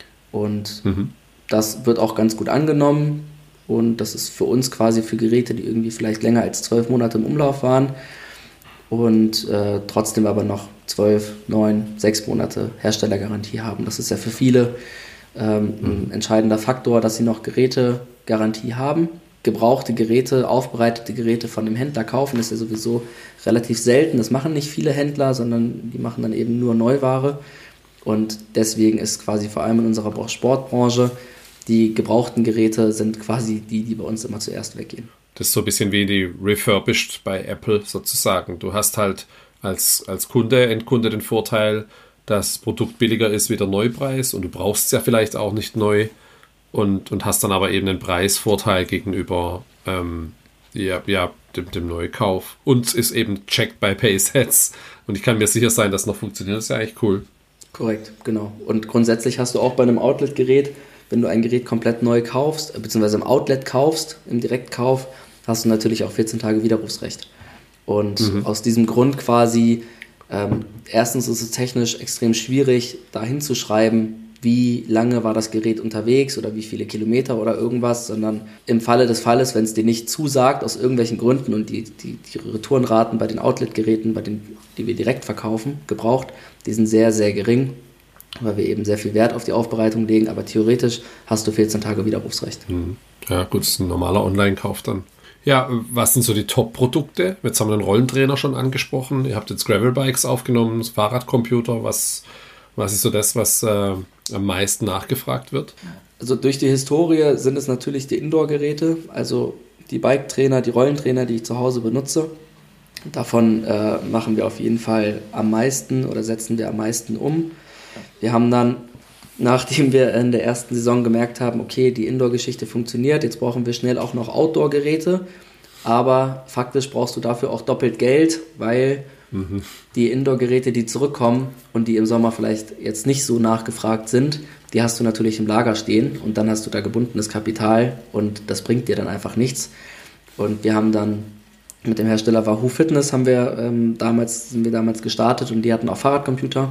Speaker 2: Und mhm. das wird auch ganz gut angenommen. Und das ist für uns quasi für Geräte, die irgendwie vielleicht länger als zwölf Monate im Umlauf waren und äh, trotzdem aber noch zwölf, neun, sechs Monate Herstellergarantie haben. Das ist ja für viele ähm, ein entscheidender Faktor, dass sie noch Gerätegarantie haben. Gebrauchte Geräte, aufbereitete Geräte von dem Händler kaufen, ist ja sowieso relativ selten. Das machen nicht viele Händler, sondern die machen dann eben nur Neuware. Und deswegen ist quasi vor allem in unserer Sportbranche die gebrauchten Geräte sind quasi die, die bei uns immer zuerst weggehen.
Speaker 1: Das ist so ein bisschen wie die Refurbished bei Apple sozusagen. Du hast halt als, als Kunde, Endkunde den Vorteil, dass das Produkt billiger ist wie der Neupreis und du brauchst es ja vielleicht auch nicht neu und, und hast dann aber eben einen Preisvorteil gegenüber ähm, ja, ja, dem, dem Neukauf. Und es ist eben checked by Paysets und ich kann mir sicher sein, dass es noch funktioniert. Das ist ja eigentlich cool.
Speaker 2: Korrekt, genau. Und grundsätzlich hast du auch bei einem Outlet-Gerät, wenn du ein Gerät komplett neu kaufst, beziehungsweise im Outlet kaufst, im Direktkauf, hast du natürlich auch vierzehn Tage Widerrufsrecht. Und mhm. aus diesem Grund quasi, ähm, erstens ist es technisch extrem schwierig, da hinzuschreiben, wie lange war das Gerät unterwegs oder wie viele Kilometer oder irgendwas, sondern im Falle des Falles, wenn es dir nicht zusagt, aus irgendwelchen Gründen und die, die, die Retourenraten bei den Outlet-Geräten, bei den, die wir direkt verkaufen, gebraucht, die sind sehr, sehr gering, weil wir eben sehr viel Wert auf die Aufbereitung legen, aber theoretisch hast du vierzehn Tage Widerrufsrecht.
Speaker 1: Ja gut, das ist ein normaler Online-Kauf dann. Ja, was sind so die Top-Produkte? Jetzt haben wir den Rollentrainer schon angesprochen, ihr habt jetzt Gravel-Bikes aufgenommen, das Fahrradcomputer, was, was ist so das, was äh, am meisten nachgefragt wird?
Speaker 2: Also durch die Historie sind es natürlich die Indoor-Geräte, also die Bike-Trainer, die Rollentrainer, die ich zu Hause benutze. Davon äh, machen wir auf jeden Fall am meisten oder setzen wir am meisten um. Wir haben dann, nachdem wir in der ersten Saison gemerkt haben, okay, die Indoor-Geschichte funktioniert, jetzt brauchen wir schnell auch noch Outdoor-Geräte, aber faktisch brauchst du dafür auch doppelt Geld, weil mhm. die Indoor-Geräte, die zurückkommen und die im Sommer vielleicht jetzt nicht so nachgefragt sind, die hast du natürlich im Lager stehen und dann hast du da gebundenes Kapital und das bringt dir dann einfach nichts. Und wir haben dann mit dem Hersteller Wahoo Fitness haben wir ähm, damals sind wir damals gestartet und die hatten auch Fahrradcomputer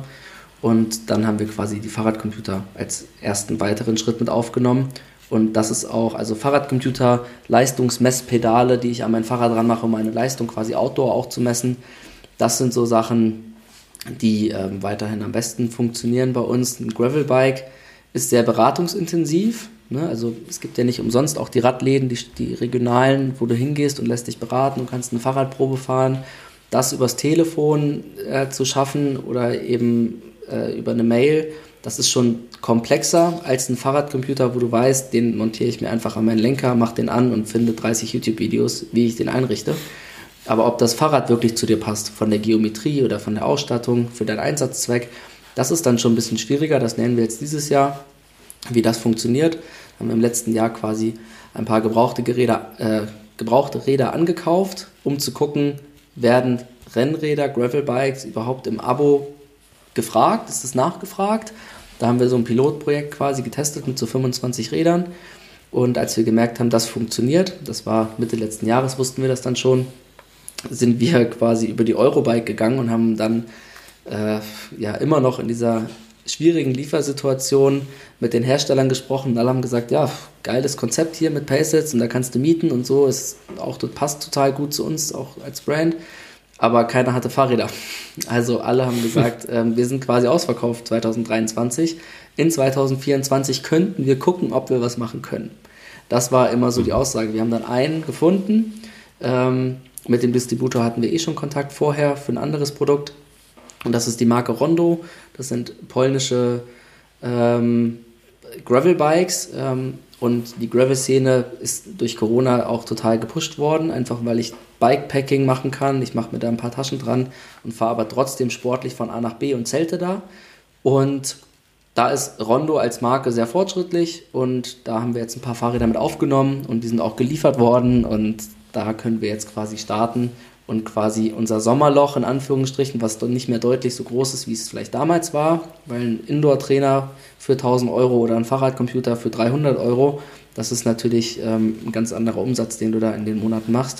Speaker 2: und dann haben wir quasi die Fahrradcomputer als ersten weiteren Schritt mit aufgenommen und das ist auch, also Fahrradcomputer, Leistungsmesspedale, die ich an mein Fahrrad dran mache, um meine Leistung quasi Outdoor auch zu messen. Das sind so Sachen, die ähm, weiterhin am besten funktionieren bei uns. Ein Gravelbike ist sehr beratungsintensiv. Ne? Also es gibt ja nicht umsonst auch die Radläden, die, die regionalen, wo du hingehst und lässt dich beraten und kannst eine Fahrradprobe fahren. Das übers Telefon äh, zu schaffen oder eben äh, über eine Mail, das ist schon komplexer als ein Fahrradcomputer, wo du weißt, den montiere ich mir einfach an meinen Lenker, mache den an und finde dreißig YouTube-Videos, wie ich den einrichte. Aber ob das Fahrrad wirklich zu dir passt, von der Geometrie oder von der Ausstattung, für deinen Einsatzzweck, das ist dann schon ein bisschen schwieriger. Das lernen wir jetzt dieses Jahr, wie das funktioniert. Wir haben im letzten Jahr quasi ein paar gebrauchte Geräte, äh, gebrauchte Räder angekauft, um zu gucken, werden Rennräder, Gravelbikes überhaupt im Abo gefragt? Ist es nachgefragt? Da haben wir so ein Pilotprojekt quasi getestet mit so fünfundzwanzig Rädern. Und als wir gemerkt haben, das funktioniert, das war Mitte letzten Jahres, wussten wir das dann schon, sind wir quasi über die Eurobike gegangen und haben dann äh, ja immer noch in dieser schwierigen Liefersituation mit den Herstellern gesprochen und alle haben gesagt, ja, geiles Konzept hier mit Paysets und da kannst du mieten und so, ist auch, das passt total gut zu uns, auch als Brand, aber keiner hatte Fahrräder. Also alle haben gesagt, ähm, wir sind quasi ausverkauft zwanzig dreiundzwanzig, in zwanzig vierundzwanzig könnten wir gucken, ob wir was machen können. Das war immer so die Aussage. Wir haben dann einen gefunden, ähm, mit dem Distributor hatten wir eh schon Kontakt vorher für ein anderes Produkt. Und das ist die Marke Rondo. Das sind polnische ähm, Gravelbikes. Ähm, und die Gravel-Szene ist durch Corona auch total gepusht worden, einfach weil ich Bikepacking machen kann. Ich mache mir da ein paar Taschen dran und fahre aber trotzdem sportlich von A nach B und zelte da. Und da ist Rondo als Marke sehr fortschrittlich und da haben wir jetzt ein paar Fahrräder mit aufgenommen und die sind auch geliefert worden und da können wir jetzt quasi starten und quasi unser Sommerloch in Anführungsstrichen, was dann nicht mehr deutlich so groß ist, wie es vielleicht damals war, weil ein Indoor-Trainer für tausend Euro oder ein Fahrradcomputer für dreihundert Euro, das ist natürlich ähm, ein ganz anderer Umsatz, den du da in den Monaten machst.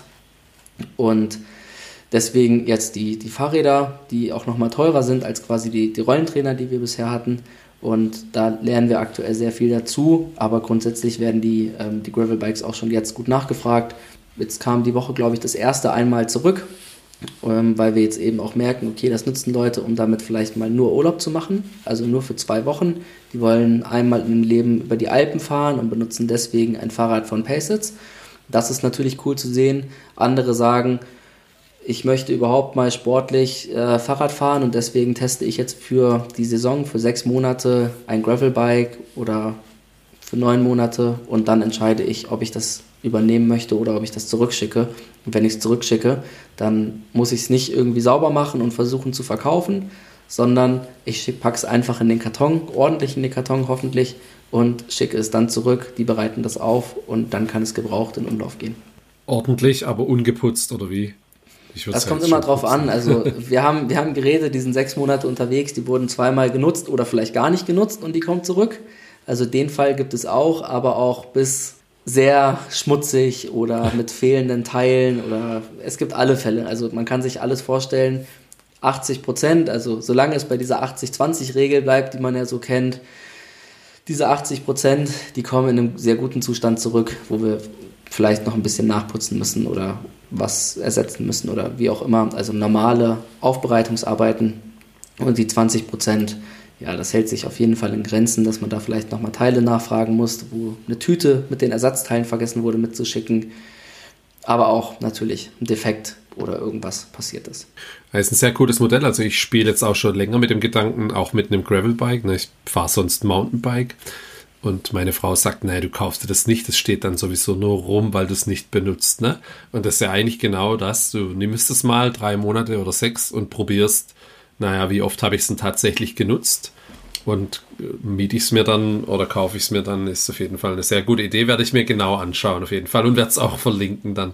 Speaker 2: Und deswegen jetzt die, die Fahrräder, die auch nochmal teurer sind als quasi die, die Rollentrainer, die wir bisher hatten. Und da lernen wir aktuell sehr viel dazu, aber grundsätzlich werden die, ähm, die Gravelbikes auch schon jetzt gut nachgefragt. Jetzt kam die Woche, glaube ich, das erste einmal zurück, ähm, weil wir jetzt eben auch merken, okay, das nutzen Leute, um damit vielleicht mal nur Urlaub zu machen, also nur für zwei Wochen. Die wollen einmal im Leben über die Alpen fahren und benutzen deswegen ein Fahrrad von Paysets. Das ist natürlich cool zu sehen. Andere sagen, ich möchte überhaupt mal sportlich äh, Fahrrad fahren und deswegen teste ich jetzt für die Saison, für sechs Monate ein Gravelbike oder für neun Monate und dann entscheide ich, ob ich das übernehmen möchte oder ob ich das zurückschicke. Und wenn ich es zurückschicke, dann muss ich es nicht irgendwie sauber machen und versuchen zu verkaufen, sondern ich packe es einfach in den Karton, ordentlich in den Karton hoffentlich und schicke es dann zurück. Die bereiten das auf und dann kann es gebraucht in Umlauf gehen.
Speaker 1: Ordentlich, aber ungeputzt oder wie?
Speaker 2: Das kommt immer drauf an. Also wir haben, wir haben Geräte, die sind sechs Monate unterwegs, die wurden zweimal genutzt oder vielleicht gar nicht genutzt und die kommen zurück. Also den Fall gibt es auch, aber auch bis sehr schmutzig oder mit fehlenden Teilen oder es gibt alle Fälle. Also man kann sich alles vorstellen. achtzig Prozent, also solange es bei dieser achtzig zwanzig Regel bleibt, die man ja so kennt, diese achtzig Prozent, die kommen in einem sehr guten Zustand zurück, wo wir vielleicht noch ein bisschen nachputzen müssen oder was ersetzen müssen oder wie auch immer. Also normale Aufbereitungsarbeiten und die zwanzig Prozent, ja, das hält sich auf jeden Fall in Grenzen, dass man da vielleicht nochmal Teile nachfragen muss, wo eine Tüte mit den Ersatzteilen vergessen wurde mitzuschicken, aber auch natürlich ein Defekt oder irgendwas passiert ist.
Speaker 1: Das ist ein sehr cooles Modell, also ich spiele jetzt auch schon länger mit dem Gedanken, auch mit einem Gravelbike, ne? Ich fahre sonst Mountainbike Und meine Frau sagt, nein, du kaufst dir das nicht, das steht dann sowieso nur rum, weil du es nicht benutzt, ne? Und das ist ja eigentlich genau das, du nimmst es mal drei Monate oder sechs und probierst, naja, wie oft habe ich es denn tatsächlich genutzt? Und miete ich es mir dann oder kaufe ich es mir dann, ist auf jeden Fall eine sehr gute Idee, werde ich mir genau anschauen auf jeden Fall und werde es auch verlinken dann.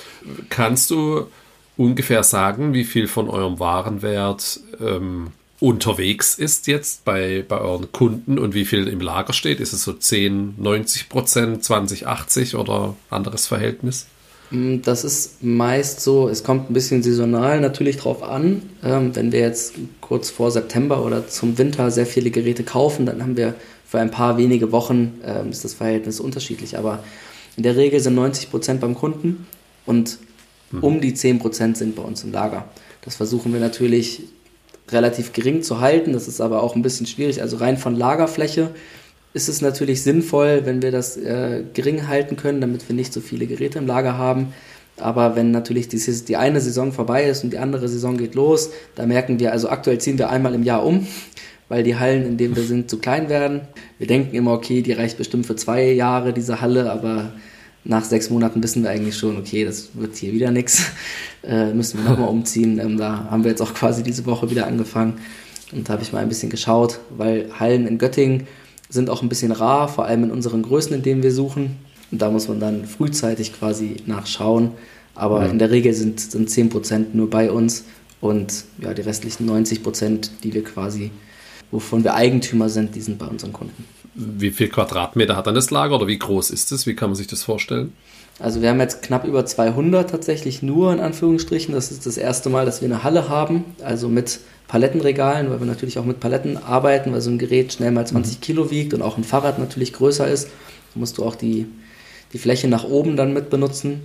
Speaker 1: Kannst du ungefähr sagen, wie viel von eurem Warenwert ähm, unterwegs ist jetzt bei, bei euren Kunden und wie viel im Lager steht? Ist es so zehn, neunzig Prozent, zwanzig, achtzig oder anderes Verhältnis?
Speaker 2: Das ist meist so, es kommt ein bisschen saisonal natürlich drauf an. Ähm, wenn wir jetzt kurz vor September oder zum Winter sehr viele Geräte kaufen, dann haben wir für ein paar wenige Wochen, ähm, ist das Verhältnis unterschiedlich. Aber in der Regel sind neunzig Prozent beim Kunden und mhm. um die zehn Prozent sind bei uns im Lager. Das versuchen wir natürlich relativ gering zu halten, das ist aber auch ein bisschen schwierig. Also rein von Lagerfläche ist es natürlich sinnvoll, wenn wir das äh, gering halten können, damit wir nicht so viele Geräte im Lager haben. Aber wenn natürlich die, die eine Saison vorbei ist und die andere Saison geht los, da merken wir, also aktuell ziehen wir einmal im Jahr um, weil die Hallen, in denen wir sind, zu klein werden. Wir denken immer, okay, die reicht bestimmt für zwei Jahre, diese Halle, aber nach sechs Monaten wissen wir eigentlich schon, okay, das wird hier wieder nichts, äh, müssen wir nochmal umziehen. Ähm, da haben wir jetzt auch quasi diese Woche wieder angefangen und da habe ich mal ein bisschen geschaut, weil Hallen in Göttingen sind auch ein bisschen rar, vor allem in unseren Größen, in denen wir suchen. Und da muss man dann frühzeitig quasi nachschauen. Aber ja. in der Regel sind, sind zehn Prozent nur bei uns und ja, die restlichen neunzig Prozent, die wir quasi, wovon wir Eigentümer sind, die sind bei unseren Kunden.
Speaker 1: Wie viel Quadratmeter hat dann das Lager oder wie groß ist es? Wie kann man sich das vorstellen?
Speaker 2: Also wir haben jetzt knapp über zweihundert tatsächlich nur in Anführungsstrichen. Das ist das erste Mal, dass wir eine Halle haben, also mit Palettenregalen, weil wir natürlich auch mit Paletten arbeiten, weil so ein Gerät schnell mal zwanzig Kilo wiegt und auch ein Fahrrad natürlich größer ist. Da musst du auch die, die Fläche nach oben dann mit benutzen.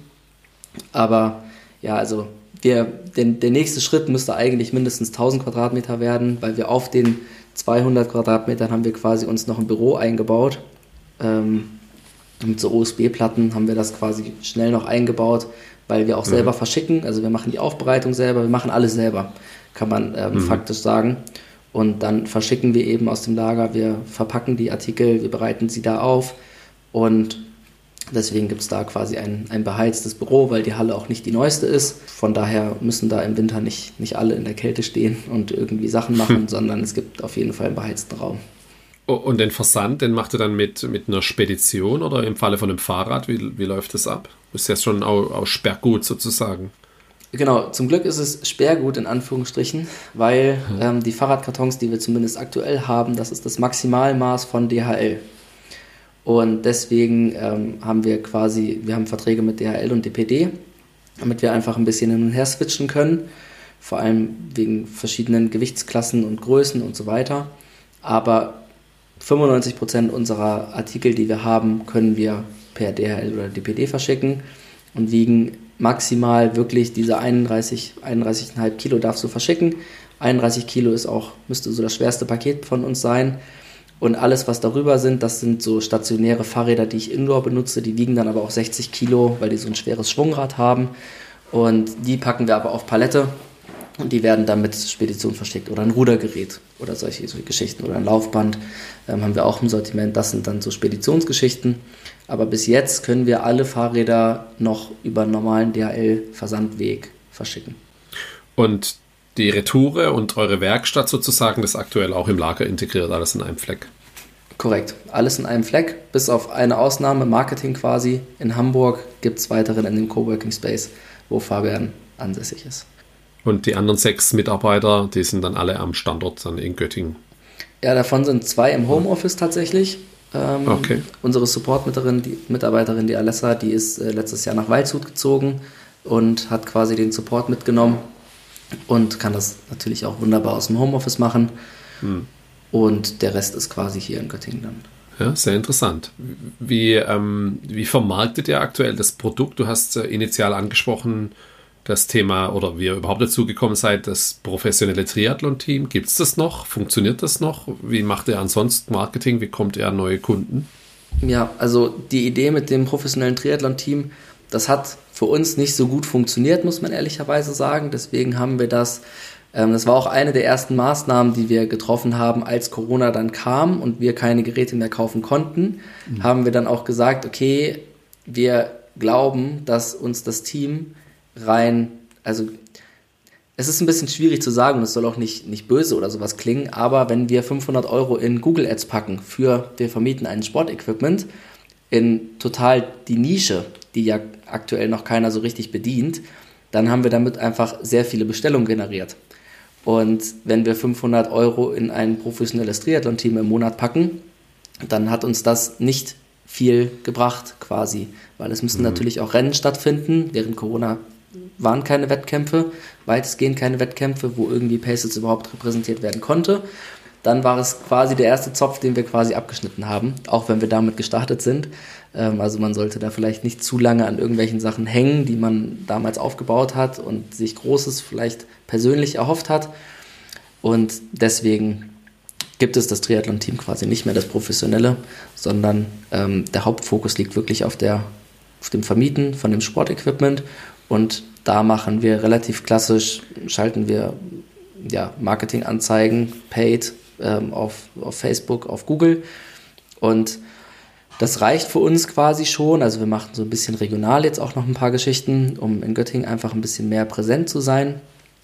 Speaker 2: Aber ja, also wir, der, der nächste Schritt müsste eigentlich mindestens tausend Quadratmeter werden, weil wir auf den zweihundert Quadratmetern haben wir quasi uns noch ein Büro eingebaut. Ähm, mit so U S B-Platten haben wir das quasi schnell noch eingebaut, weil wir auch mhm. selber verschicken. Also wir machen die Aufbereitung selber, wir machen alles selber, kann man ähm, mhm. faktisch sagen. Und dann verschicken wir eben aus dem Lager, wir verpacken die Artikel, wir bereiten sie da auf und deswegen gibt es da quasi ein, ein beheiztes Büro, weil die Halle auch nicht die neueste ist. Von daher müssen da im Winter nicht, nicht alle in der Kälte stehen und irgendwie Sachen machen, hm. sondern es gibt auf jeden Fall einen beheizten Raum.
Speaker 1: Und den Versand, den macht ihr dann mit, mit einer Spedition oder im Falle von einem Fahrrad? Wie, wie läuft das ab? Ist ja schon aus, aus Sperrgut sozusagen.
Speaker 2: Genau, zum Glück ist es Sperrgut in Anführungsstrichen, weil hm. ähm, die Fahrradkartons, die wir zumindest aktuell haben, das ist das Maximalmaß von D H L. Und deswegen ähm, haben wir quasi, wir haben Verträge mit D H L und D P D, damit wir einfach ein bisschen hin und her switchen können, vor allem wegen verschiedenen Gewichtsklassen und Größen und so weiter. Aber fünfundneunzig Prozent unserer Artikel, die wir haben, können wir per D H L oder D P D verschicken und wiegen maximal wirklich diese einunddreißig, einunddreißig Komma fünf Kilo darfst du verschicken. einunddreißig Kilo ist auch, müsste so das schwerste Paket von uns sein. Und alles, was darüber sind, das sind so stationäre Fahrräder, die ich indoor benutze. Die wiegen dann aber auch sechzig Kilo, weil die so ein schweres Schwungrad haben. Und die packen wir aber auf Palette und die werden dann mit Spedition verschickt. Oder ein Rudergerät oder solche, solche Geschichten. Oder ein Laufband ähm, haben wir auch im Sortiment. Das sind dann so Speditionsgeschichten. Aber bis jetzt können wir alle Fahrräder noch über einen normalen D H L-Versandweg verschicken.
Speaker 1: Und die Retoure und eure Werkstatt sozusagen, das aktuell auch im Lager integriert, alles in einem Fleck.
Speaker 2: Korrekt, alles in einem Fleck, bis auf eine Ausnahme, Marketing quasi. In Hamburg gibt es weiterhin in dem Coworking Space, wo Fabian ansässig ist.
Speaker 1: Und die anderen sechs Mitarbeiter, die sind dann alle am Standort dann in Göttingen?
Speaker 2: Ja, davon sind zwei im Homeoffice tatsächlich. Ähm,
Speaker 1: okay.
Speaker 2: Unsere Support-Mitarbeiterin, die, Mitarbeiterin, die Alessa, die ist äh, letztes Jahr nach Waldshut gezogen und hat quasi den Support mitgenommen. Und kann das natürlich auch wunderbar aus dem Homeoffice machen. Hm. Und der Rest ist quasi hier in Göttingen dann.
Speaker 1: Ja, sehr interessant. Wie, ähm, wie vermarktet ihr aktuell das Produkt? Du hast äh, initial angesprochen, das Thema, oder wie ihr überhaupt dazu gekommen seid, das professionelle Triathlon-Team. Gibt es das noch? Funktioniert das noch? Wie macht ihr ansonsten Marketing? Wie kommt ihr an neue Kunden?
Speaker 2: Ja, also die Idee mit dem professionellen Triathlon-Team, das hat für uns nicht so gut funktioniert, muss man ehrlicherweise sagen. Deswegen haben wir das Ähm, das war auch eine der ersten Maßnahmen, die wir getroffen haben, als Corona dann kam und wir keine Geräte mehr kaufen konnten, mhm. haben wir dann auch gesagt, okay, wir glauben, dass uns das Team rein, also es ist ein bisschen schwierig zu sagen, es soll auch nicht, nicht böse oder sowas klingen, aber wenn wir fünfhundert Euro in Google Ads packen für, wir vermieten ein Sportequipment in total die Nische, die ja aktuell noch keiner so richtig bedient, dann haben wir damit einfach sehr viele Bestellungen generiert. Und wenn wir fünfhundert Euro in ein professionelles Triathlon-Team im Monat packen, dann hat uns das nicht viel gebracht quasi, weil es müssen mhm. natürlich auch Rennen stattfinden. Während Corona waren keine Wettkämpfe, weitestgehend keine Wettkämpfe, wo irgendwie Paces überhaupt repräsentiert werden konnte. Dann war es quasi der erste Zopf, den wir quasi abgeschnitten haben, auch wenn wir damit gestartet sind. Ähm, also man sollte da vielleicht nicht zu lange an irgendwelchen Sachen hängen, die man damals aufgebaut hat und sich Großes vielleicht persönlich erhofft hat. Und deswegen gibt es das Triathlon-Team quasi nicht mehr, das Professionelle, sondern ähm, der Hauptfokus liegt wirklich auf, der, auf dem Vermieten von dem Sportequipment. Und da machen wir relativ klassisch, schalten wir ja, Marketinganzeigen, Paid, ähm, auf, auf Facebook, auf Google. Und das reicht für uns quasi schon. Also wir machen so ein bisschen regional jetzt auch noch ein paar Geschichten, um in Göttingen einfach ein bisschen mehr präsent zu sein.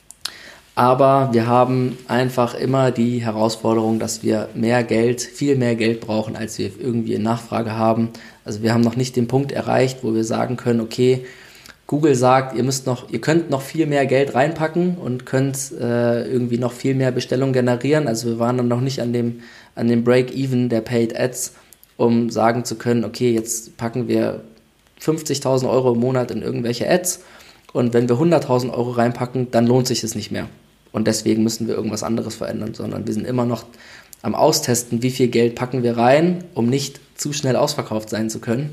Speaker 2: Aber wir haben einfach immer die Herausforderung, dass wir mehr Geld, viel mehr Geld brauchen, als wir irgendwie in Nachfrage haben. Also wir haben noch nicht den Punkt erreicht, wo wir sagen können, okay, Google sagt, ihr müsst noch, ihr könnt noch viel mehr Geld reinpacken und könnt äh, irgendwie noch viel mehr Bestellungen generieren. Also wir waren dann noch nicht an dem, an dem Break-Even der Paid Ads, um sagen zu können, okay, jetzt packen wir fünfzigtausend Euro im Monat in irgendwelche Ads und wenn wir hunderttausend Euro reinpacken, dann lohnt sich es nicht mehr. Und deswegen müssen wir irgendwas anderes verändern, sondern wir sind immer noch am Austesten, wie viel Geld packen wir rein, um nicht zu schnell ausverkauft sein zu können.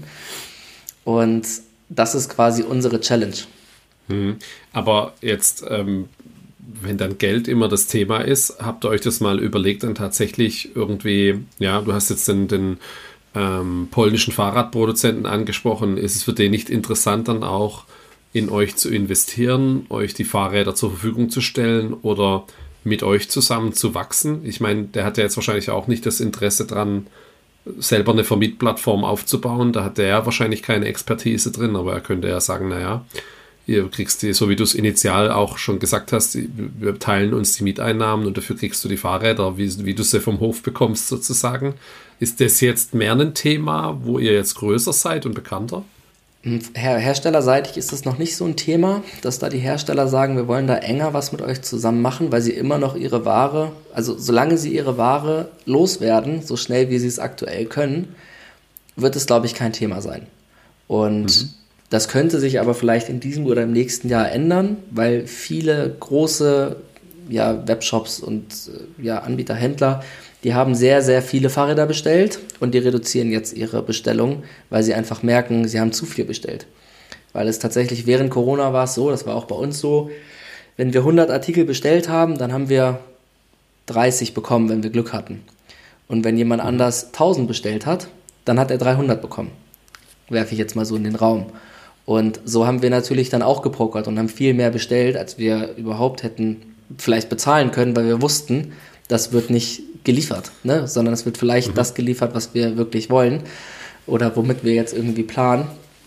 Speaker 2: Und das ist quasi unsere Challenge.
Speaker 1: Hm. Aber jetzt, ähm, wenn dann Geld immer das Thema ist, habt ihr euch das mal überlegt, dann tatsächlich irgendwie, ja, du hast jetzt den, den ähm, polnischen Fahrradproduzenten angesprochen, ist es für den nicht interessant, dann auch in euch zu investieren, euch die Fahrräder zur Verfügung zu stellen oder mit euch zusammen zu wachsen? Ich meine, der hat ja jetzt wahrscheinlich auch nicht das Interesse dran, selber eine Vermietplattform aufzubauen. Da hat der wahrscheinlich keine Expertise drin, aber er könnte ja sagen, naja, ihr kriegst die, so wie du es initial auch schon gesagt hast, wir teilen uns die Mieteinnahmen und dafür kriegst du die Fahrräder, wie, wie du sie vom Hof bekommst sozusagen. Ist das jetzt mehr ein Thema, wo ihr jetzt größer seid und bekannter?
Speaker 2: Her- herstellerseitig ist das noch nicht so ein Thema, dass da die Hersteller sagen, wir wollen da enger was mit euch zusammen machen, weil sie immer noch ihre Ware, also solange sie ihre Ware loswerden, so schnell wie sie es aktuell können, wird es, glaube ich, kein Thema sein. Und mhm. das könnte sich aber vielleicht in diesem oder im nächsten Jahr ändern, weil viele große ja, Webshops und ja, Anbieter, Händler, die haben sehr, sehr viele Fahrräder bestellt und die reduzieren jetzt ihre Bestellung, weil sie einfach merken, sie haben zu viel bestellt. Weil es tatsächlich während Corona war es so, das war auch bei uns so, wenn wir hundert Artikel bestellt haben, dann haben wir dreißig bekommen, wenn wir Glück hatten. Und wenn jemand anders tausend bestellt hat, dann hat er dreihundert bekommen. Werfe ich jetzt mal so in den Raum. Und so haben wir natürlich dann auch gepokert und haben viel mehr bestellt, als wir überhaupt hätten vielleicht bezahlen können, weil wir wussten, das wird nicht geliefert, ne? Sondern es wird vielleicht mhm. das geliefert, was wir wirklich wollen oder womit wir jetzt irgendwie planen.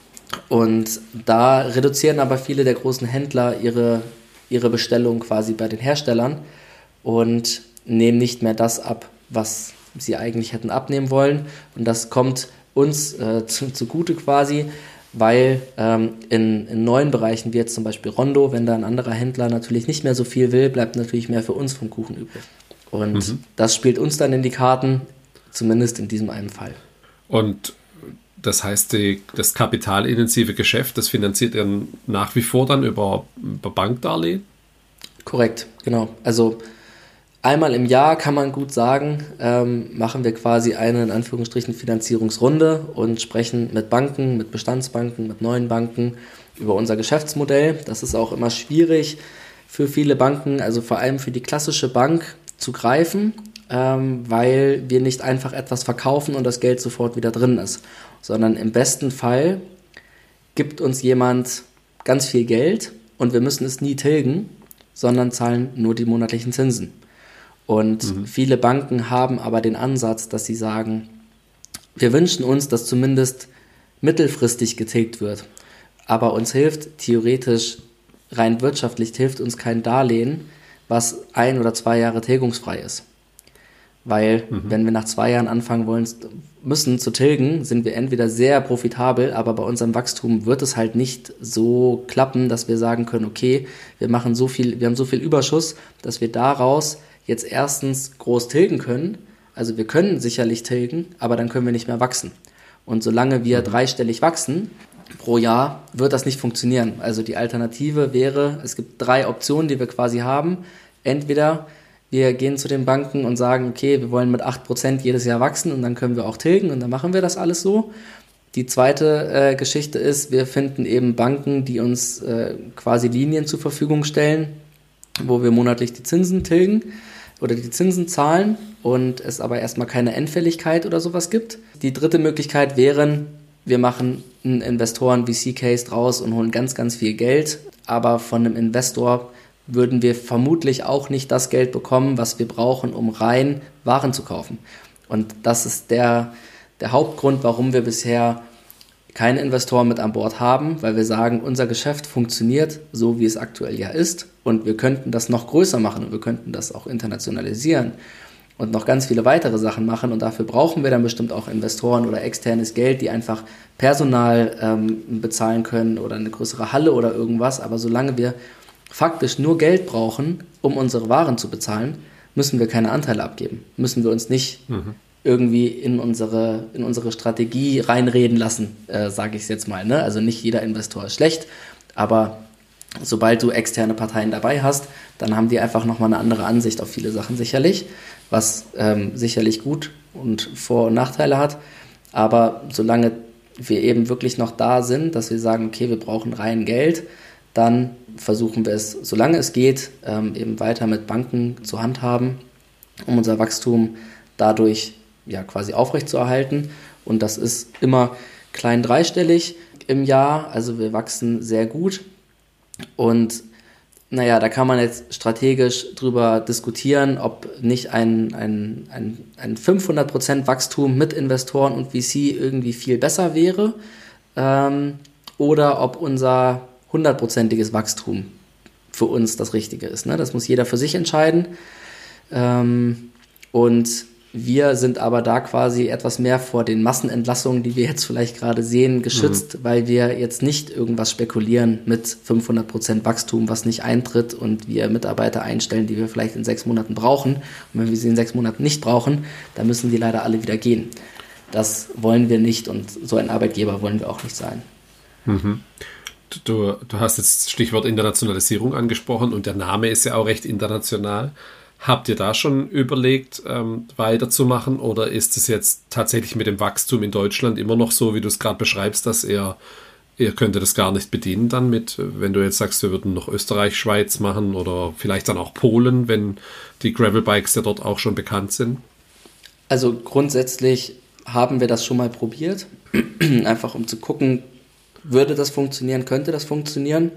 Speaker 2: Und da reduzieren aber viele der großen Händler ihre, ihre Bestellung quasi bei den Herstellern und nehmen nicht mehr das ab, was sie eigentlich hätten abnehmen wollen. Und das kommt uns äh, zu, zugute quasi, weil ähm, in, in neuen Bereichen wie jetzt zum Beispiel Rondo, wenn da ein anderer Händler natürlich nicht mehr so viel will, bleibt natürlich mehr für uns vom Kuchen übrig. Und mhm. das spielt uns dann in die Karten, zumindest in diesem einen Fall.
Speaker 1: Und das heißt, die, das kapitalintensive Geschäft, das finanziert ihr nach wie vor dann über, über Bankdarlehen?
Speaker 2: Korrekt, genau. Also einmal im Jahr kann man gut sagen, ähm, machen wir quasi eine in Anführungsstrichen Finanzierungsrunde und sprechen mit Banken, mit Bestandsbanken, mit neuen Banken über unser Geschäftsmodell. Das ist auch immer schwierig für viele Banken, also vor allem für die klassische Bank zu greifen, ähm, weil wir nicht einfach etwas verkaufen und das Geld sofort wieder drin ist, sondern im besten Fall gibt uns jemand ganz viel Geld und wir müssen es nie tilgen, sondern zahlen nur die monatlichen Zinsen. Und mhm. viele Banken haben aber den Ansatz, dass sie sagen, wir wünschen uns, dass zumindest mittelfristig getilgt wird. Aber uns hilft theoretisch, rein wirtschaftlich hilft uns kein Darlehen, was ein oder zwei Jahre tilgungsfrei ist. Weil, mhm. wenn wir nach zwei Jahren anfangen wollen, müssen zu tilgen, sind wir entweder sehr profitabel, aber bei unserem Wachstum wird es halt nicht so klappen, dass wir sagen können, okay, wir machen so viel, wir haben so viel Überschuss, dass wir daraus jetzt erstens groß tilgen können. Also wir können sicherlich tilgen, aber dann können wir nicht mehr wachsen. Und solange wir mhm. dreistellig wachsen pro Jahr, wird das nicht funktionieren. Also die Alternative wäre, es gibt drei Optionen, die wir quasi haben. Entweder wir gehen zu den Banken und sagen, okay, wir wollen mit acht Prozent jedes Jahr wachsen und dann können wir auch tilgen und dann machen wir das alles so. Die zweite äh, Geschichte ist, wir finden eben Banken, die uns äh, quasi Linien zur Verfügung stellen, wo wir monatlich die Zinsen tilgen oder die Zinsen zahlen und es aber erstmal keine Endfälligkeit oder sowas gibt. Die dritte Möglichkeit wären, wir machen einen Investoren-V C-Case draus und holen ganz, ganz viel Geld, aber von einem Investor würden wir vermutlich auch nicht das Geld bekommen, was wir brauchen, um rein Waren zu kaufen. Und das ist der, der Hauptgrund, warum wir bisher keine Investoren mit an Bord haben, weil wir sagen, unser Geschäft funktioniert so, wie es aktuell ja ist und wir könnten das noch größer machen und wir könnten das auch internationalisieren und noch ganz viele weitere Sachen machen und dafür brauchen wir dann bestimmt auch Investoren oder externes Geld, die einfach Personal ähm, bezahlen können oder eine größere Halle oder irgendwas, aber solange wir faktisch nur Geld brauchen, um unsere Waren zu bezahlen, müssen wir keine Anteile abgeben. Müssen wir uns nicht mhm. irgendwie in unsere, in unsere Strategie reinreden lassen, äh, sage ich es jetzt mal. Ne? Also nicht jeder Investor ist schlecht, aber sobald du externe Parteien dabei hast, dann haben die einfach nochmal eine andere Ansicht auf viele Sachen sicherlich, was ähm, sicherlich gut und Vor- und Nachteile hat. Aber solange wir eben wirklich noch da sind, dass wir sagen, okay, wir brauchen rein Geld, dann versuchen wir es, solange es geht, ähm, eben weiter mit Banken zu handhaben, um unser Wachstum dadurch ja quasi aufrechtzuerhalten. Und das ist immer klein dreistellig im Jahr, also wir wachsen sehr gut. Und naja, da kann man jetzt strategisch drüber diskutieren, ob nicht ein, ein, ein, ein fünfhundert Prozent Wachstum mit Investoren und V C irgendwie viel besser wäre ähm, oder ob unser hundertprozentiges Wachstum für uns das Richtige ist. Ne? Das muss jeder für sich entscheiden. Ähm, und wir sind aber da quasi etwas mehr vor den Massenentlassungen, die wir jetzt vielleicht gerade sehen, geschützt, mhm. weil wir jetzt nicht irgendwas spekulieren mit fünfhundert Prozent Wachstum, was nicht eintritt und wir Mitarbeiter einstellen, die wir vielleicht in sechs Monaten brauchen. Und wenn wir sie in sechs Monaten nicht brauchen, dann müssen die leider alle wieder gehen. Das wollen wir nicht und so ein Arbeitgeber wollen wir auch nicht sein.
Speaker 1: Mhm. Du, du hast jetzt Stichwort Internationalisierung angesprochen und der Name ist ja auch recht international. Habt ihr da schon überlegt, ähm, weiterzumachen oder ist es jetzt tatsächlich mit dem Wachstum in Deutschland immer noch so, wie du es gerade beschreibst, dass ihr, ihr könntet das gar nicht bedienen dann mit, wenn du jetzt sagst, wir würden noch Österreich, Schweiz machen oder vielleicht dann auch Polen, wenn die Gravelbikes ja dort auch schon bekannt sind?
Speaker 2: Also grundsätzlich haben wir das schon mal probiert, einfach um zu gucken, würde das funktionieren, könnte das funktionieren,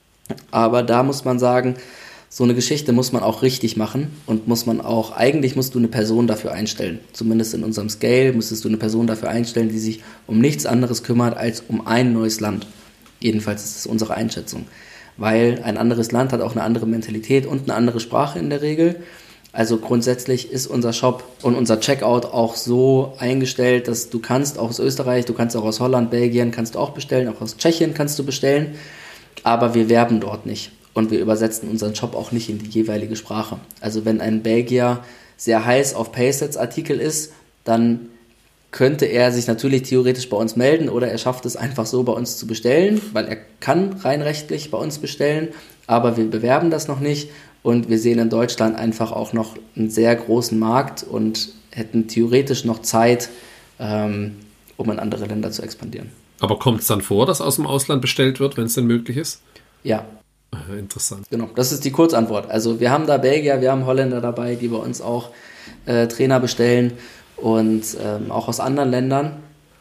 Speaker 2: aber da muss man sagen, so eine Geschichte muss man auch richtig machen und muss man auch, eigentlich musst du eine Person dafür einstellen, zumindest in unserem Scale müsstest du eine Person dafür einstellen, die sich um nichts anderes kümmert als um ein neues Land. Jedenfalls ist das unsere Einschätzung, weil ein anderes Land hat auch eine andere Mentalität und eine andere Sprache in der Regel. Also grundsätzlich ist unser Shop und unser Checkout auch so eingestellt, dass du kannst auch aus Österreich, du kannst auch aus Holland, Belgien kannst du auch bestellen, auch aus Tschechien kannst du bestellen, aber wir werben dort nicht und wir übersetzen unseren Shop auch nicht in die jeweilige Sprache. Also wenn ein Belgier sehr heiß auf Paysets-Artikel ist, dann könnte er sich natürlich theoretisch bei uns melden oder er schafft es einfach so bei uns zu bestellen, weil er kann rein rechtlich bei uns bestellen, aber wir bewerben das noch nicht. Und wir sehen in Deutschland einfach auch noch einen sehr großen Markt und hätten theoretisch noch Zeit, ähm, um in andere Länder zu expandieren.
Speaker 1: Aber kommt es dann vor, dass aus dem Ausland bestellt wird, wenn es denn möglich ist?
Speaker 2: Ja.
Speaker 1: Interessant.
Speaker 2: Genau, das ist die Kurzantwort. Also wir haben da Belgier, wir haben Holländer dabei, die bei uns auch äh, Trainer bestellen und ähm, auch aus anderen Ländern.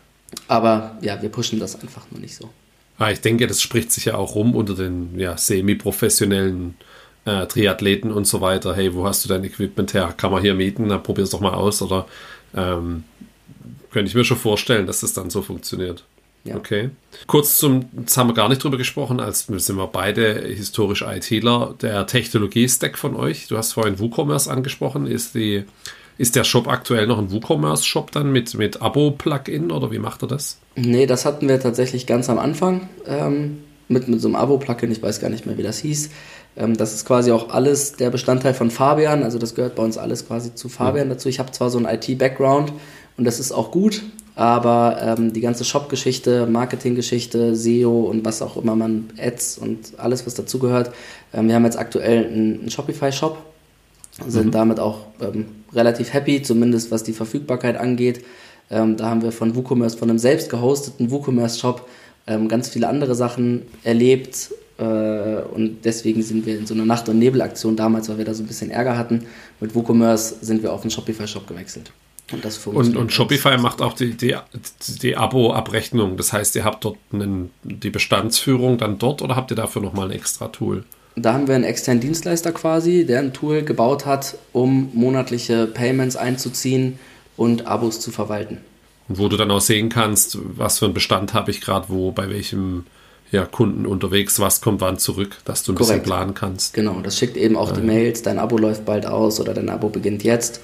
Speaker 2: Aber ja, wir pushen das einfach nur nicht so.
Speaker 1: Ah, ich denke, das spricht sich ja auch rum unter den ja, semi-professionellen äh, Triathleten und so weiter, hey, wo hast du dein Equipment her? Kann man hier mieten? Dann probier's doch mal aus. Oder ähm, könnte ich mir schon vorstellen, dass das dann so funktioniert. Ja. Okay. Kurz zum, jetzt haben wir gar nicht drüber gesprochen, als sind wir beide historisch ITler, der Technologie-Stack von euch. Du hast vorhin WooCommerce angesprochen. Ist die, ist der Shop aktuell noch ein WooCommerce-Shop dann mit, mit Abo-Plugin oder wie macht er das?
Speaker 2: Nee, das hatten wir tatsächlich ganz am Anfang ähm, mit, mit so einem Abo-Plugin. Ich weiß gar nicht mehr, wie das hieß. Ähm, das ist quasi auch alles der Bestandteil von Fabian. Also das gehört bei uns alles quasi zu Fabian mhm. dazu. Ich habe zwar so einen I T-Background und das ist auch gut, aber ähm, die ganze Shop-Geschichte, Marketing-Geschichte, S E O und was auch immer man, Ads und alles, was dazugehört. Ähm, wir haben jetzt aktuell einen, einen Shopify-Shop, sind mhm. damit auch ähm, relativ happy, zumindest was die Verfügbarkeit angeht. Ähm, da haben wir von WooCommerce, von einem selbst gehosteten WooCommerce-Shop ähm, ganz viele andere Sachen erlebt äh, und deswegen sind wir in so einer Nacht- und Nebel-Aktion damals, weil wir da so ein bisschen Ärger hatten, mit WooCommerce sind wir auf den Shopify-Shop gewechselt.
Speaker 1: Und, das und, und Shopify macht auch die, die, die Abo-Abrechnung. Das heißt, ihr habt dort einen, die Bestandsführung dann dort oder habt ihr dafür nochmal ein extra Tool?
Speaker 2: Da haben wir einen externen Dienstleister quasi, der ein Tool gebaut hat, um monatliche Payments einzuziehen und Abos zu verwalten.
Speaker 1: Und wo du dann auch sehen kannst, was für einen Bestand habe ich gerade wo, bei welchem ja, Kunden unterwegs, was kommt wann zurück, dass du ein Korrekt. bisschen planen kannst.
Speaker 2: Genau, das schickt eben auch ja. die Mails, dein Abo läuft bald aus oder dein Abo beginnt jetzt.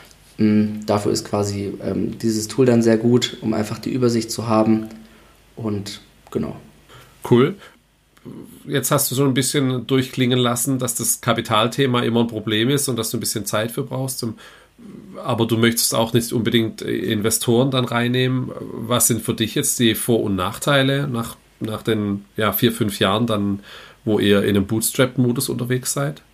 Speaker 2: Dafür ist quasi ähm, dieses Tool dann sehr gut, um einfach die Übersicht zu haben und genau.
Speaker 1: Cool. Jetzt hast du so ein bisschen durchklingen lassen, dass das Kapitalthema immer ein Problem ist und dass du ein bisschen Zeit für brauchst. Aber du möchtest auch nicht unbedingt Investoren dann reinnehmen. Was sind für dich jetzt die Vor- und Nachteile nach, nach den ja, vier, fünf Jahren dann, wo ihr in einem Bootstrap-Modus unterwegs seid?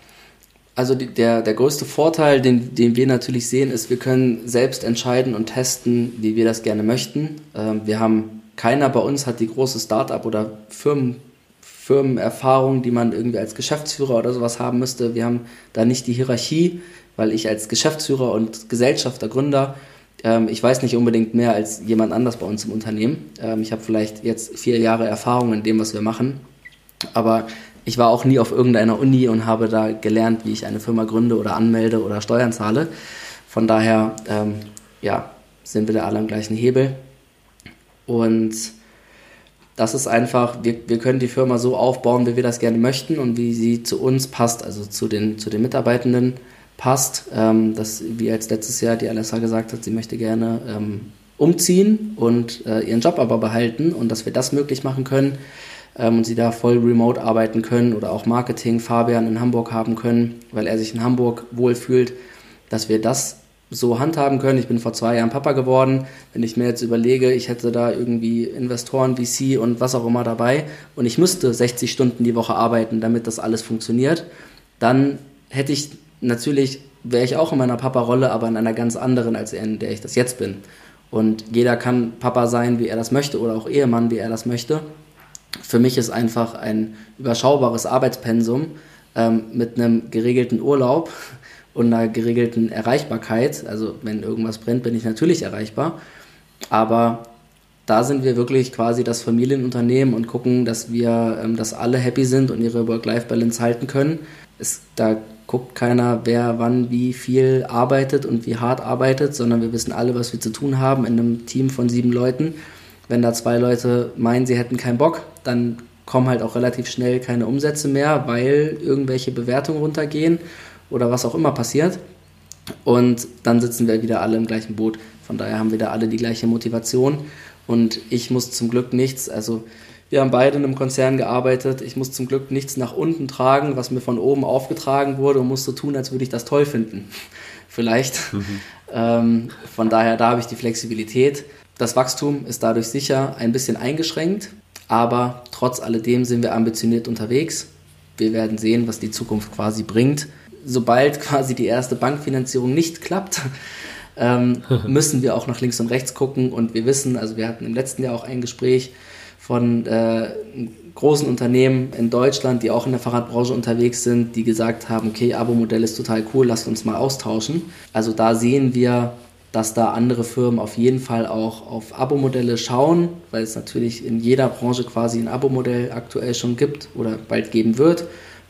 Speaker 2: Also die, der, der größte Vorteil, den, den wir natürlich sehen, ist, wir können selbst entscheiden und testen, wie wir das gerne möchten. Ähm, wir haben, keiner bei uns hat die große Start-up- oder Firmen, Firmenerfahrung, die man irgendwie als Geschäftsführer oder sowas haben müsste. Wir haben da nicht die Hierarchie, weil ich als Geschäftsführer und Gesellschafter, Gründer, ähm, ich weiß nicht unbedingt mehr als jemand anders bei uns im Unternehmen. Ähm, ich habe vielleicht jetzt vier Jahre Erfahrung in dem, was wir machen, aber ich war auch nie auf irgendeiner Uni und habe da gelernt, wie ich eine Firma gründe oder anmelde oder Steuern zahle. Von daher, ähm, ja, sind wir da alle am gleichen Hebel. Und das ist einfach, wir, wir können die Firma so aufbauen, wie wir das gerne möchten und wie sie zu uns passt, also zu den, zu den Mitarbeitenden passt. Ähm, dass, wie als letztes Jahr die Alessa gesagt hat, sie möchte gerne ähm, umziehen und äh, ihren Job aber behalten und dass wir das möglich machen können. Und sie da voll remote arbeiten können oder auch Marketing Fabian in Hamburg haben können, weil er sich in Hamburg wohlfühlt, dass wir das so handhaben können. Ich bin vor zwei Jahren Papa geworden. Wenn ich mir jetzt überlege, ich hätte da irgendwie Investoren, V C und was auch immer dabei und ich müsste sechzig Stunden die Woche arbeiten, damit das alles funktioniert, dann hätte ich natürlich, wäre ich auch in meiner Papa-Rolle, aber in einer ganz anderen, als in der ich das jetzt bin. Und jeder kann Papa sein, wie er das möchte oder auch Ehemann, wie er das möchte. Für mich ist einfach ein überschaubares Arbeitspensum ähm, mit einem geregelten Urlaub und einer geregelten Erreichbarkeit. Also wenn irgendwas brennt, bin ich natürlich erreichbar. Aber da sind wir wirklich quasi das Familienunternehmen und gucken, dass wir, ähm, dass alle happy sind und ihre Work-Life-Balance halten können. Es, da guckt keiner, wer wann wie viel arbeitet und wie hart arbeitet, sondern wir wissen alle, was wir zu tun haben in einem Team von sieben Leuten. Wenn da zwei Leute meinen, sie hätten keinen Bock, dann kommen halt auch relativ schnell keine Umsätze mehr, weil irgendwelche Bewertungen runtergehen oder was auch immer passiert. Und dann sitzen wir wieder alle im gleichen Boot. Von daher haben wir da alle die gleiche Motivation. Und ich muss zum Glück nichts, also wir haben beide in einem Konzern gearbeitet, ich muss zum Glück nichts nach unten tragen, was mir von oben aufgetragen wurde und muss so tun, als würde ich das toll finden. Vielleicht. Mhm. Ähm, von daher, da habe ich die Flexibilität. Das Wachstum ist dadurch sicher ein bisschen eingeschränkt, aber trotz alledem sind wir ambitioniert unterwegs. Wir werden sehen, was die Zukunft quasi bringt. Sobald quasi die erste Bankfinanzierung nicht klappt, ähm, müssen wir auch nach links und rechts gucken. Und wir wissen, also wir hatten im letzten Jahr auch ein Gespräch von äh, großen Unternehmen in Deutschland, die auch in der Fahrradbranche unterwegs sind, die gesagt haben, okay, Abo-Modell ist total cool, lasst uns mal austauschen. Also da sehen wir, dass da andere Firmen auf jeden Fall auch auf Abo-Modelle schauen, weil es natürlich in jeder Branche quasi ein Abo-Modell aktuell schon gibt oder bald geben wird.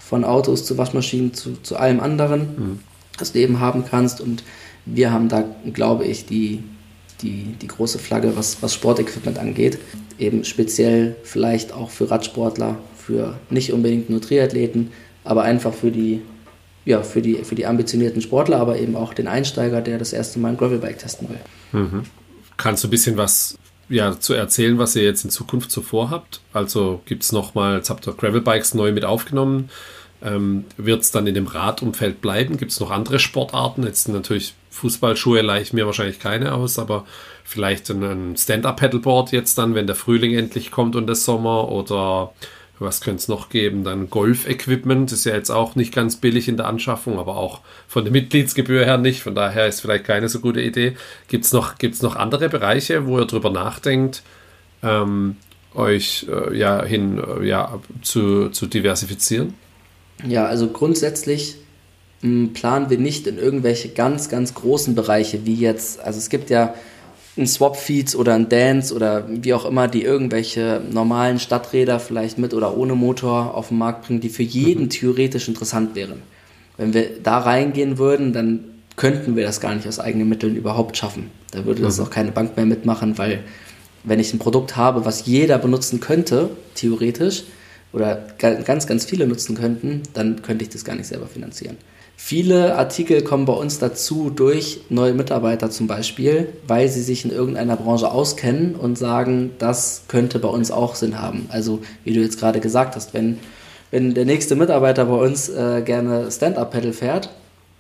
Speaker 2: von Autos zu Waschmaschinen zu, zu allem anderen, mhm. was du eben haben kannst. Und wir haben da, glaube ich, die, die, die große Flagge, was, was Sportequipment angeht. Eben speziell vielleicht auch für Radsportler, für nicht unbedingt nur Triathleten, aber einfach für die, ja, für die, für die ambitionierten Sportler, aber eben auch den Einsteiger, der das erste Mal ein Gravelbike testen will.
Speaker 1: Mhm. Kannst du ein bisschen was ja, zu erzählen, was ihr jetzt in Zukunft so vorhabt? Also gibt es nochmal, jetzt habt ihr Gravelbikes neu mit aufgenommen, ähm, wird es dann in dem Radumfeld bleiben? Gibt es noch andere Sportarten? Jetzt natürlich Fußballschuhe leihe ich mir wahrscheinlich keine aus, aber vielleicht ein Stand-Up-Paddleboard jetzt dann, wenn der Frühling endlich kommt und der Sommer, oder was könnte es noch geben? Dann Golf-Equipment ist ja jetzt auch nicht ganz billig in der Anschaffung, aber auch von der Mitgliedsgebühr her nicht. Von daher ist vielleicht keine so gute Idee. Gibt es noch, gibt's noch andere Bereiche, wo ihr drüber nachdenkt, ähm, euch äh, ja, hin äh, ja, zu, zu diversifizieren?
Speaker 2: Ja, also grundsätzlich mh, planen wir nicht in irgendwelche ganz, ganz großen Bereiche, wie jetzt, also es gibt ja ein Swap-Feeds oder ein Dance oder wie auch immer, die irgendwelche normalen Stadträder vielleicht mit oder ohne Motor auf den Markt bringen, die für jeden theoretisch interessant wären. Wenn wir da reingehen würden, dann könnten wir das gar nicht aus eigenen Mitteln überhaupt schaffen. Da würde das auch keine Bank mehr mitmachen, weil wenn ich ein Produkt habe, was jeder benutzen könnte, theoretisch, oder ganz, ganz viele nutzen könnten, dann könnte ich das gar nicht selber finanzieren. Viele Artikel kommen bei uns dazu durch neue Mitarbeiter zum Beispiel, weil sie sich in irgendeiner Branche auskennen und sagen, das könnte bei uns auch Sinn haben. Also wie du jetzt gerade gesagt hast, wenn, wenn der nächste Mitarbeiter bei uns äh, gerne Stand-Up-Paddle fährt,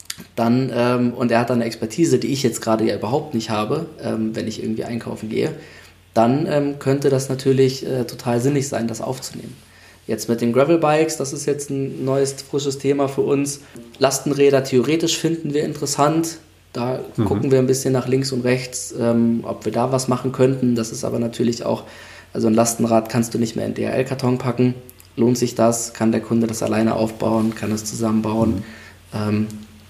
Speaker 2: dann ähm, und er hat dann eine Expertise, die ich jetzt gerade ja überhaupt nicht habe, ähm, wenn ich irgendwie einkaufen gehe, dann ähm, könnte das natürlich äh, total sinnig sein, das aufzunehmen. Jetzt mit den Gravelbikes, das ist jetzt ein neues, frisches Thema für uns. Lastenräder theoretisch finden wir interessant. Da mhm. gucken wir ein bisschen nach links und rechts, ähm, ob wir da was machen könnten. Das ist aber natürlich auch, also ein Lastenrad kannst du nicht mehr in D H L-Karton packen. Lohnt sich das? Kann der Kunde das alleine aufbauen? Kann es zusammenbauen? Mhm. Ähm,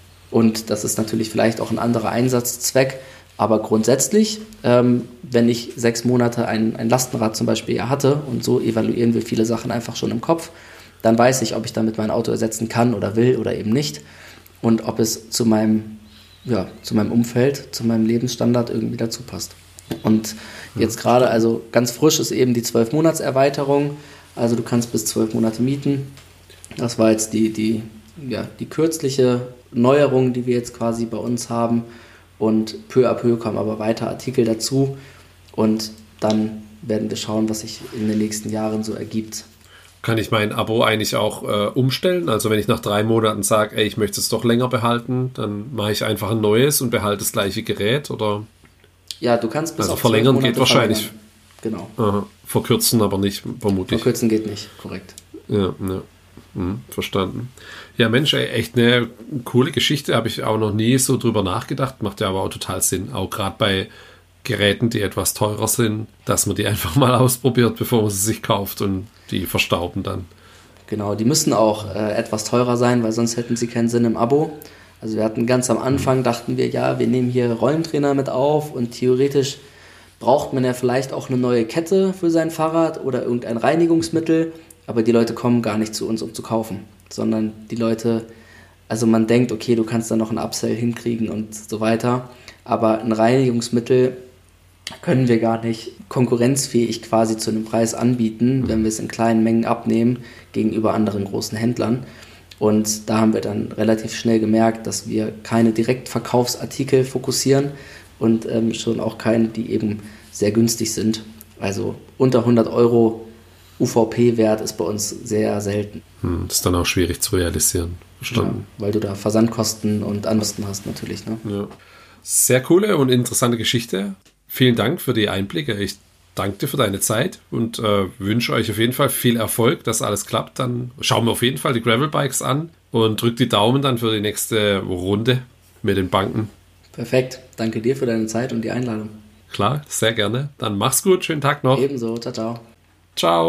Speaker 2: und das ist natürlich vielleicht auch ein anderer Einsatzzweck. Aber grundsätzlich, ähm, wenn ich sechs Monate ein, ein Lastenrad zum Beispiel ja hatte, und so evaluieren wir viele Sachen einfach schon im Kopf, dann weiß ich, ob ich damit mein Auto ersetzen kann oder will oder eben nicht. Und ob es zu meinem, ja, zu meinem Umfeld, zu meinem Lebensstandard irgendwie dazu passt. Und jetzt gerade, also ganz frisch ist eben die zwölf-Monats-Erweiterung. Also du kannst bis zwölf Monate mieten. Das war jetzt die, die, ja, die kürzliche Neuerung, die wir jetzt quasi bei uns haben. Und peu à peu kommen aber weiter Artikel dazu und dann werden wir schauen, was sich in den nächsten Jahren so ergibt.
Speaker 1: Kann ich mein Abo eigentlich auch äh, umstellen? Also wenn ich nach drei Monaten sage, ey, ich möchte es doch länger behalten, dann mache ich einfach ein neues und behalte das gleiche Gerät, oder?
Speaker 2: Ja, du kannst bis
Speaker 1: also
Speaker 2: auf
Speaker 1: verlängern
Speaker 2: Monate
Speaker 1: geht wahrscheinlich.
Speaker 2: Verlängern. Genau.
Speaker 1: Aha. Verkürzen aber nicht, vermutlich.
Speaker 2: Verkürzen geht nicht, korrekt.
Speaker 1: Ja, ja. Hm, verstanden. Ja, Mensch, ey, echt eine coole Geschichte, habe ich auch noch nie so drüber nachgedacht, macht ja aber auch total Sinn, auch gerade bei Geräten, die etwas teurer sind, dass man die einfach mal ausprobiert, bevor man sie sich kauft und die verstauben dann.
Speaker 2: Genau, die müssen auch äh, etwas teurer sein, weil sonst hätten sie keinen Sinn im Abo. Also wir hatten ganz am Anfang, dachten wir, ja, wir nehmen hier Rollentrainer mit auf und theoretisch braucht man ja vielleicht auch eine neue Kette für sein Fahrrad oder irgendein Reinigungsmittel. Aber die Leute kommen gar nicht zu uns, um zu kaufen, sondern die Leute, also man denkt, okay, du kannst da noch einen Upsell hinkriegen und so weiter, aber ein Reinigungsmittel können wir gar nicht konkurrenzfähig quasi zu einem Preis anbieten, wenn wir es in kleinen Mengen abnehmen gegenüber anderen großen Händlern. Und da haben wir dann relativ schnell gemerkt, dass wir keine Direktverkaufsartikel fokussieren und ähm, schon auch keine, die eben sehr günstig sind. Also unter hundert Euro U V P-Wert ist bei uns sehr selten.
Speaker 1: Hm, das ist dann auch schwierig zu realisieren. Verstanden.
Speaker 2: Ja, weil du da Versandkosten und Ankosten hast natürlich. Ne?
Speaker 1: Ja. Sehr coole und interessante Geschichte. Vielen Dank für die Einblicke. Ich danke dir für deine Zeit und äh, wünsche euch auf jeden Fall viel Erfolg, dass alles klappt. Dann schauen wir auf jeden Fall die Gravelbikes an und drückt die Daumen dann für die nächste Runde mit den Banken.
Speaker 2: Perfekt. Danke dir für deine Zeit und die Einladung.
Speaker 1: Klar, sehr gerne. Dann mach's gut. Schönen Tag noch.
Speaker 2: Ebenso. Ciao, ciao.
Speaker 1: Ciao.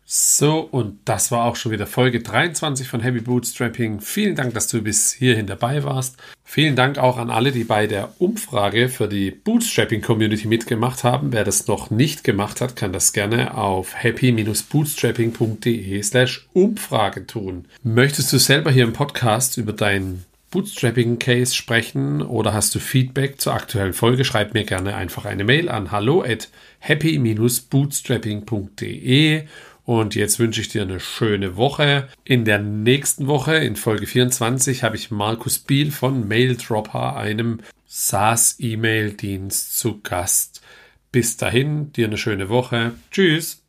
Speaker 1: So, und das war auch schon wieder Folge dreiundzwanzig von Happy Bootstrapping. Vielen Dank, dass du bis hierhin dabei warst. Vielen Dank auch an alle, die bei der Umfrage für die Bootstrapping-Community mitgemacht haben. Wer das noch nicht gemacht hat, kann das gerne auf happy-bootstrapping.de slash Umfrage tun. Möchtest du selber hier im Podcast über deinen Bootstrapping-Case sprechen oder hast du Feedback zur aktuellen Folge? Schreib mir gerne einfach eine Mail an hallo at happy-bootstrapping.de. Und jetzt wünsche ich dir eine schöne Woche. In der nächsten Woche, in Folge vierundzwanzig, habe ich Markus Biel von Maildropper, einem SaaS-E-Mail-Dienst, zu Gast. Bis dahin, dir eine schöne Woche. Tschüss.